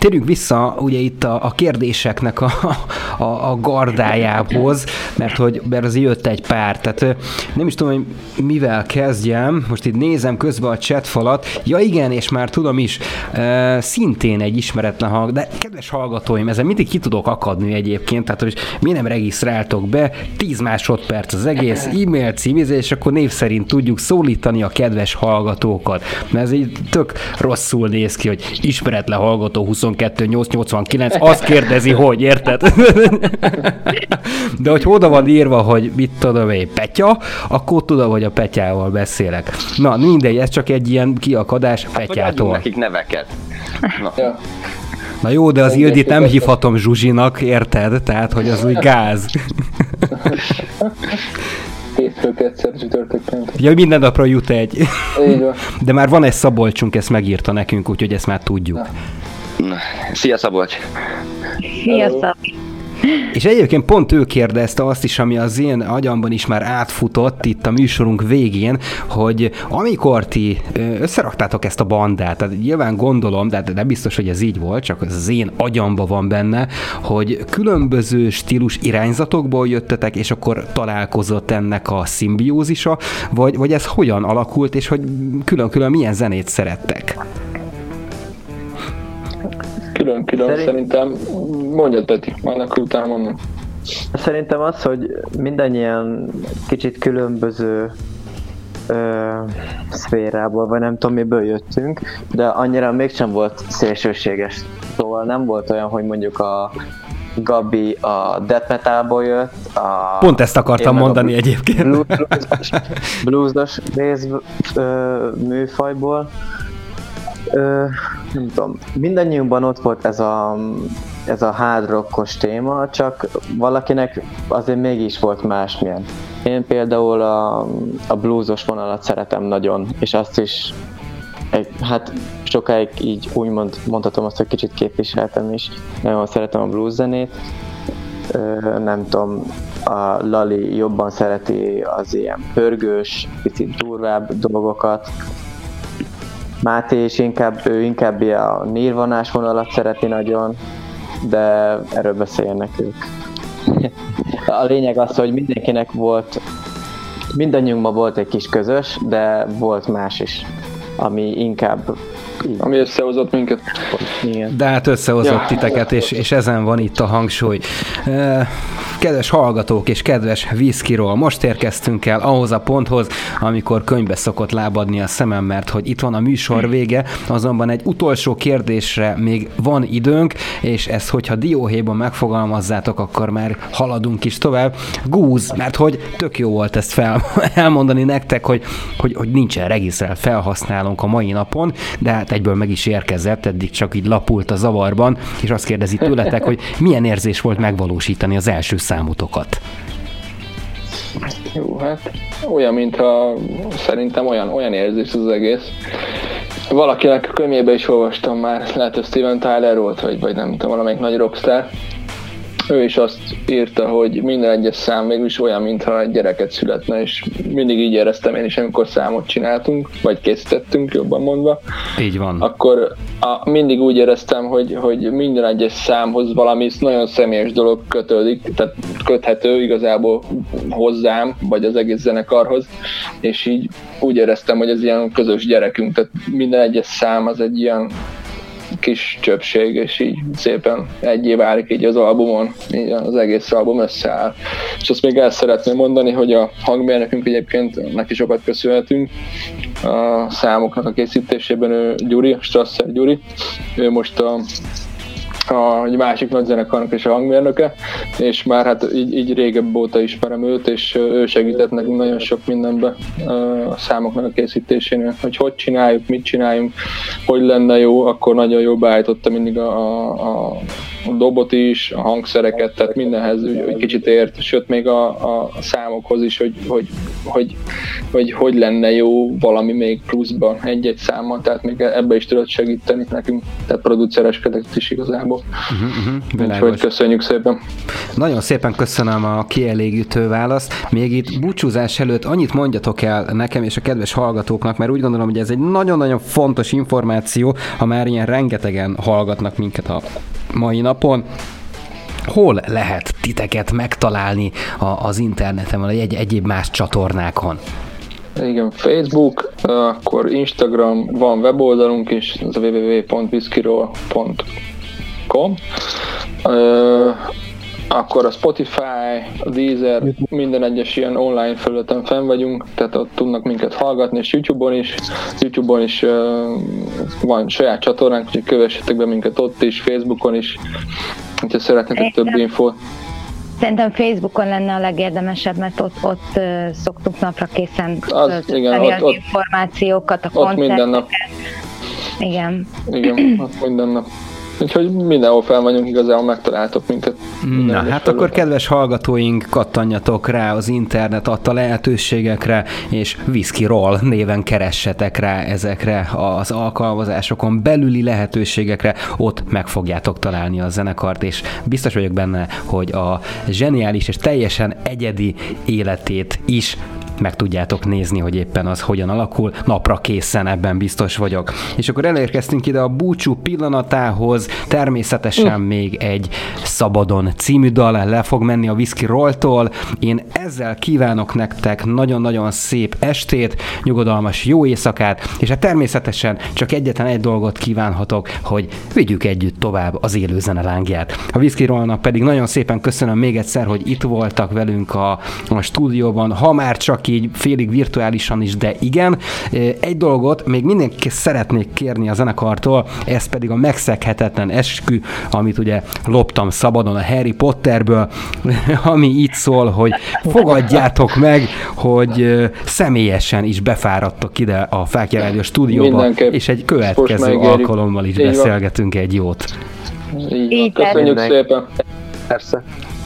térjünk vissza ugye itt a kérdéseknek a gardájához, mert azért jött egy pár, tehát nem is tudom, hogy mivel kezdjem, most itt nézem közben a chatfalat, ja igen, és már tudom is, szintén egy ismeretlen hallgató, de kedves hallgatóim, ezen mindig ki tudok akadni egyébként, tehát hogy mi nem regisztráltok be, 10 másodperc az egész, e-mail címizés, és akkor név szerint tudjuk szólítani a kedves hallgatókat, mert ez így tök rosszul néz ki, hogy ismeretlen hallgató 22889, azt kérdezi, hogy, érted? De hogy oda van írva, hogy mit tudom én, Petya, akkor tudom, hogy a Petyával beszélek. Na, mindegy, ez csak egy ilyen kiakadás Petyától. Nekik neveket. Na. Ja. Na jó, de az Ildit nem hívhatom Zsuzsinak, érted? Tehát, hogy az úgy gáz. Hétfők egyszer csütörtökként. Ja, minden napra jut egy. Így van. De már van egy Szabolcsunk, ezt megírta nekünk, úgyhogy ezt már tudjuk. Szia Szabolcs! Szia Szabolcs! És egyébként pont ő kérdezte azt is, ami az én agyamban is már átfutott itt a műsorunk végén, hogy amikor ti összeraktátok ezt a bandát, tehát nyilván gondolom, de nem biztos, hogy ez így volt, csak az én agyamban van benne, hogy különböző stílus irányzatokból jöttetek, és akkor találkozott ennek a szimbiózisa, vagy ez hogyan alakult, és hogy külön-külön milyen zenét szerettek? Külön-külön szerintem, mondjad Peti, majd akkor utána mondom. Szerintem az, hogy mindannyian kicsit különböző szférából, vagy nem tudom miből jöttünk, de annyira mégsem volt szélsőséges. Szóval nem volt olyan, hogy mondjuk a Gabi a death metalból jött. Pont ezt akartam mondani egyébként. Bluesos rész műfajból. Nem tudom, mindannyiunkban ott volt ez a hard rockos téma, csak valakinek azért mégis volt másmilyen. Én például a bluesos vonalat szeretem nagyon, és azt is hát sokáig így úgymond mondhatom azt, hogy kicsit képviseltem is. Nagyon szeretem a blues zenét. Nem tudom, a Lali jobban szereti az ilyen pörgős, picit durvább dolgokat. Máté is inkább a nirvanás vonalat szereti nagyon, de erről beszéljenek ők. A lényeg az, hogy mindenkinek volt, mindannyiunkban volt egy kis közös, de volt más is, ami inkább így. Ami összehozott minket. Igen. De hát összehozott titeket, és ezen van itt a hangsúly. Kedves hallgatók és kedves Whiskyról, most érkeztünk el ahhoz a ponthoz, amikor könyvbe szokott lábadni a szemem, mert hogy itt van a műsor vége, azonban egy utolsó kérdésre még van időnk, és ezt, hogyha dióhéjban megfogalmazzátok, akkor már haladunk is tovább. Gúz, mert hogy tök jó volt ezt elmondani nektek, hogy nincsen regisztrált felhasználónk a mai napon, de hát egyből meg is érkezett, eddig csak így lapult a zavarban, és azt kérdezi tőletek, hogy milyen érzés volt megvalósítani az első számotokat. Jó, hát olyan, mintha szerintem olyan érzés az egész. Valakinek a könyvébe is olvastam már, lehet, hogy Steven Tyler volt, vagy nem tudom, valamelyik nagy rockstar. Ő is azt írta, hogy minden egyes szám mégis olyan, mintha egy gyereket születne, és mindig így éreztem én is, amikor számot csináltunk, vagy készítettünk, jobban mondva. Így van. Akkor mindig úgy éreztem, hogy minden egyes számhoz valami nagyon személyes dolog kötődik, tehát köthető igazából hozzám, vagy az egész zenekarhoz, és így úgy éreztem, hogy ez ilyen közös gyerekünk, tehát minden egyes szám az egy ilyen kis csöpség, és így szépen egyé válik így az albumon, így az egész album összeáll. És azt még el szeretném mondani, hogy a hangmérnökünk egyébként neki sokat köszönhetünk a számoknak a készítésében, ő Gyuri, Strasser Gyuri, ő most egy másik nagy zenekarnak is a hangmérnöke, és már hát így régebb óta ismerem őt, és ő segített nekünk nagyon sok mindenbe a számoknak a készítésénél, hogy csináljuk, mit csináljunk, hogy lenne jó, akkor nagyon jó beállította mindig a dobot is, a hangszereket, tehát mindenhez úgy kicsit ért, sőt még a számokhoz is, hogy lenne jó valami még pluszban egy-egy számmal, tehát még ebbe is tudod segíteni nekünk, tehát producereskedett is igazából. Úgyhogy köszönjük szépen. Nagyon szépen köszönöm a kielégítő választ. Még itt búcsúzás előtt annyit mondjatok el nekem és a kedves hallgatóknak, mert úgy gondolom, hogy ez egy nagyon-nagyon fontos információ, ha már ilyen rengetegen hallgatnak minket a mai napon. Hol lehet titeket megtalálni az interneten, vagy egyéb más csatornákon? Igen, Facebook, akkor Instagram, van weboldalunk is, ez a www.whiskyroll.com. Akkor a Spotify, a Deezer, minden egyes ilyen online felületen fenn vagyunk, tehát ott tudnak minket hallgatni, és YouTube-on is van saját csatornánk, úgyhogy kövessetek be minket ott is, Facebookon is, hogyha szeretnétek több infót. Szerintem Facebookon lenne a legérdemesebb, mert ott szoktuk napra készen tölteni az információkat, a koncerteket. Minden nap. Igen, ott minden nap. Úgyhogy mindenhol fel vagyunk, igazából megtaláltok minket. Na, hát akkor kedves hallgatóink, kattanjatok rá az internet adta lehetőségekre, és Whisky Roll néven keressetek rá ezekre az alkalmazásokon belüli lehetőségekre, ott meg fogjátok találni a zenekart, és biztos vagyok benne, hogy a zseniális és teljesen egyedi életét is meg tudjátok nézni, hogy éppen az hogyan alakul, napra készen, ebben biztos vagyok. És akkor elérkeztünk ide a búcsú pillanatához, természetesen még egy Szabadon című dal le fog menni a Whisky Rolltól. Én ezzel kívánok nektek nagyon-nagyon szép estét, nyugodalmas jó éjszakát, és hát természetesen csak egyetlen egy dolgot kívánhatok, hogy vigyük együtt tovább az élő zene lángját. A Whisky Rollnak pedig nagyon szépen köszönöm még egyszer, hogy itt voltak velünk a stúdióban, ha már csak így félig virtuálisan is, de igen. Egy dolgot még mindenki szeretnék kérni a zenekartól, ez pedig a megszeghetetlen eskü, amit ugye loptam szabadon a Harry Potterből, ami így szól, hogy fogadjátok meg, hogy személyesen is befáradtok ide a Fáklya Rádió stúdióba, mindenképp. És egy következő alkalommal is beszélgetünk egy jót. Így köszönjük szépen. Persze.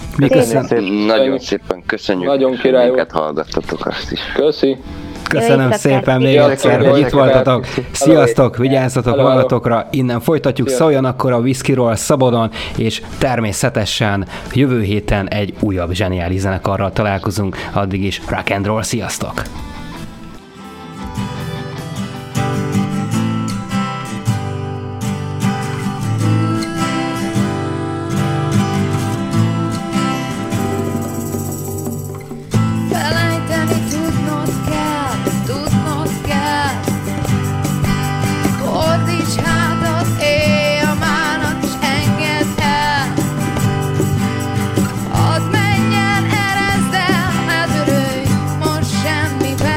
Nagyon szépen köszönjük, nagyon hogy minket hallgattatok azt is. Köszi. Köszönöm szépen még egyszer, hogy itt voltatok. Sziasztok, vigyázzatok magatokra, innen folytatjuk, szóljon akkor a Whisky Roll szabadon, és természetesen jövő héten egy újabb zseniális zenekarral találkozunk, addig is rock and roll, sziasztok! Hadd menjen, erezd el, ne törődj, most semmiben.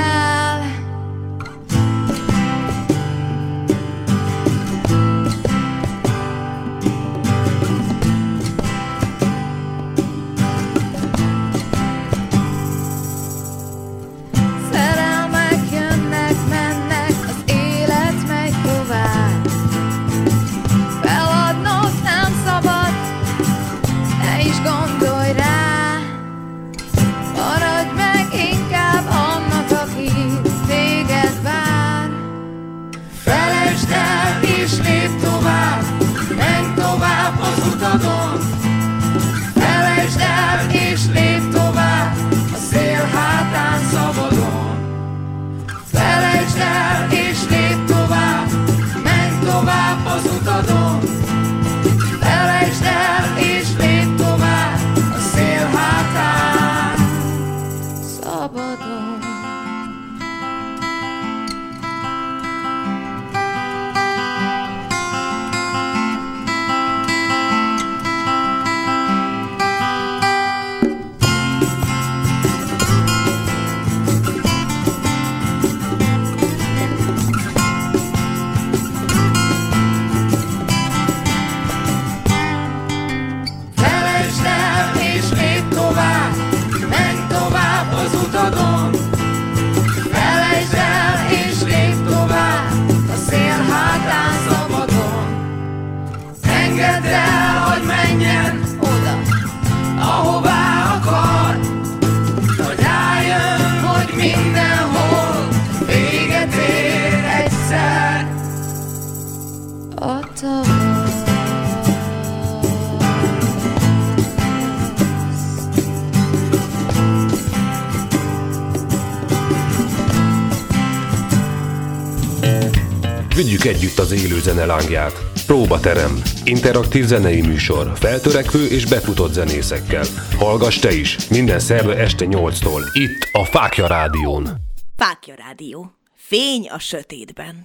Vigyük együtt az élő zene lángját. Próbaterem. Interaktív zenei műsor. Feltörekvő és befutott zenészekkel. Hallgass te is. Minden szerda este 8-tól. Itt a Fákja Rádión. Fákja Rádió. Fény a sötétben.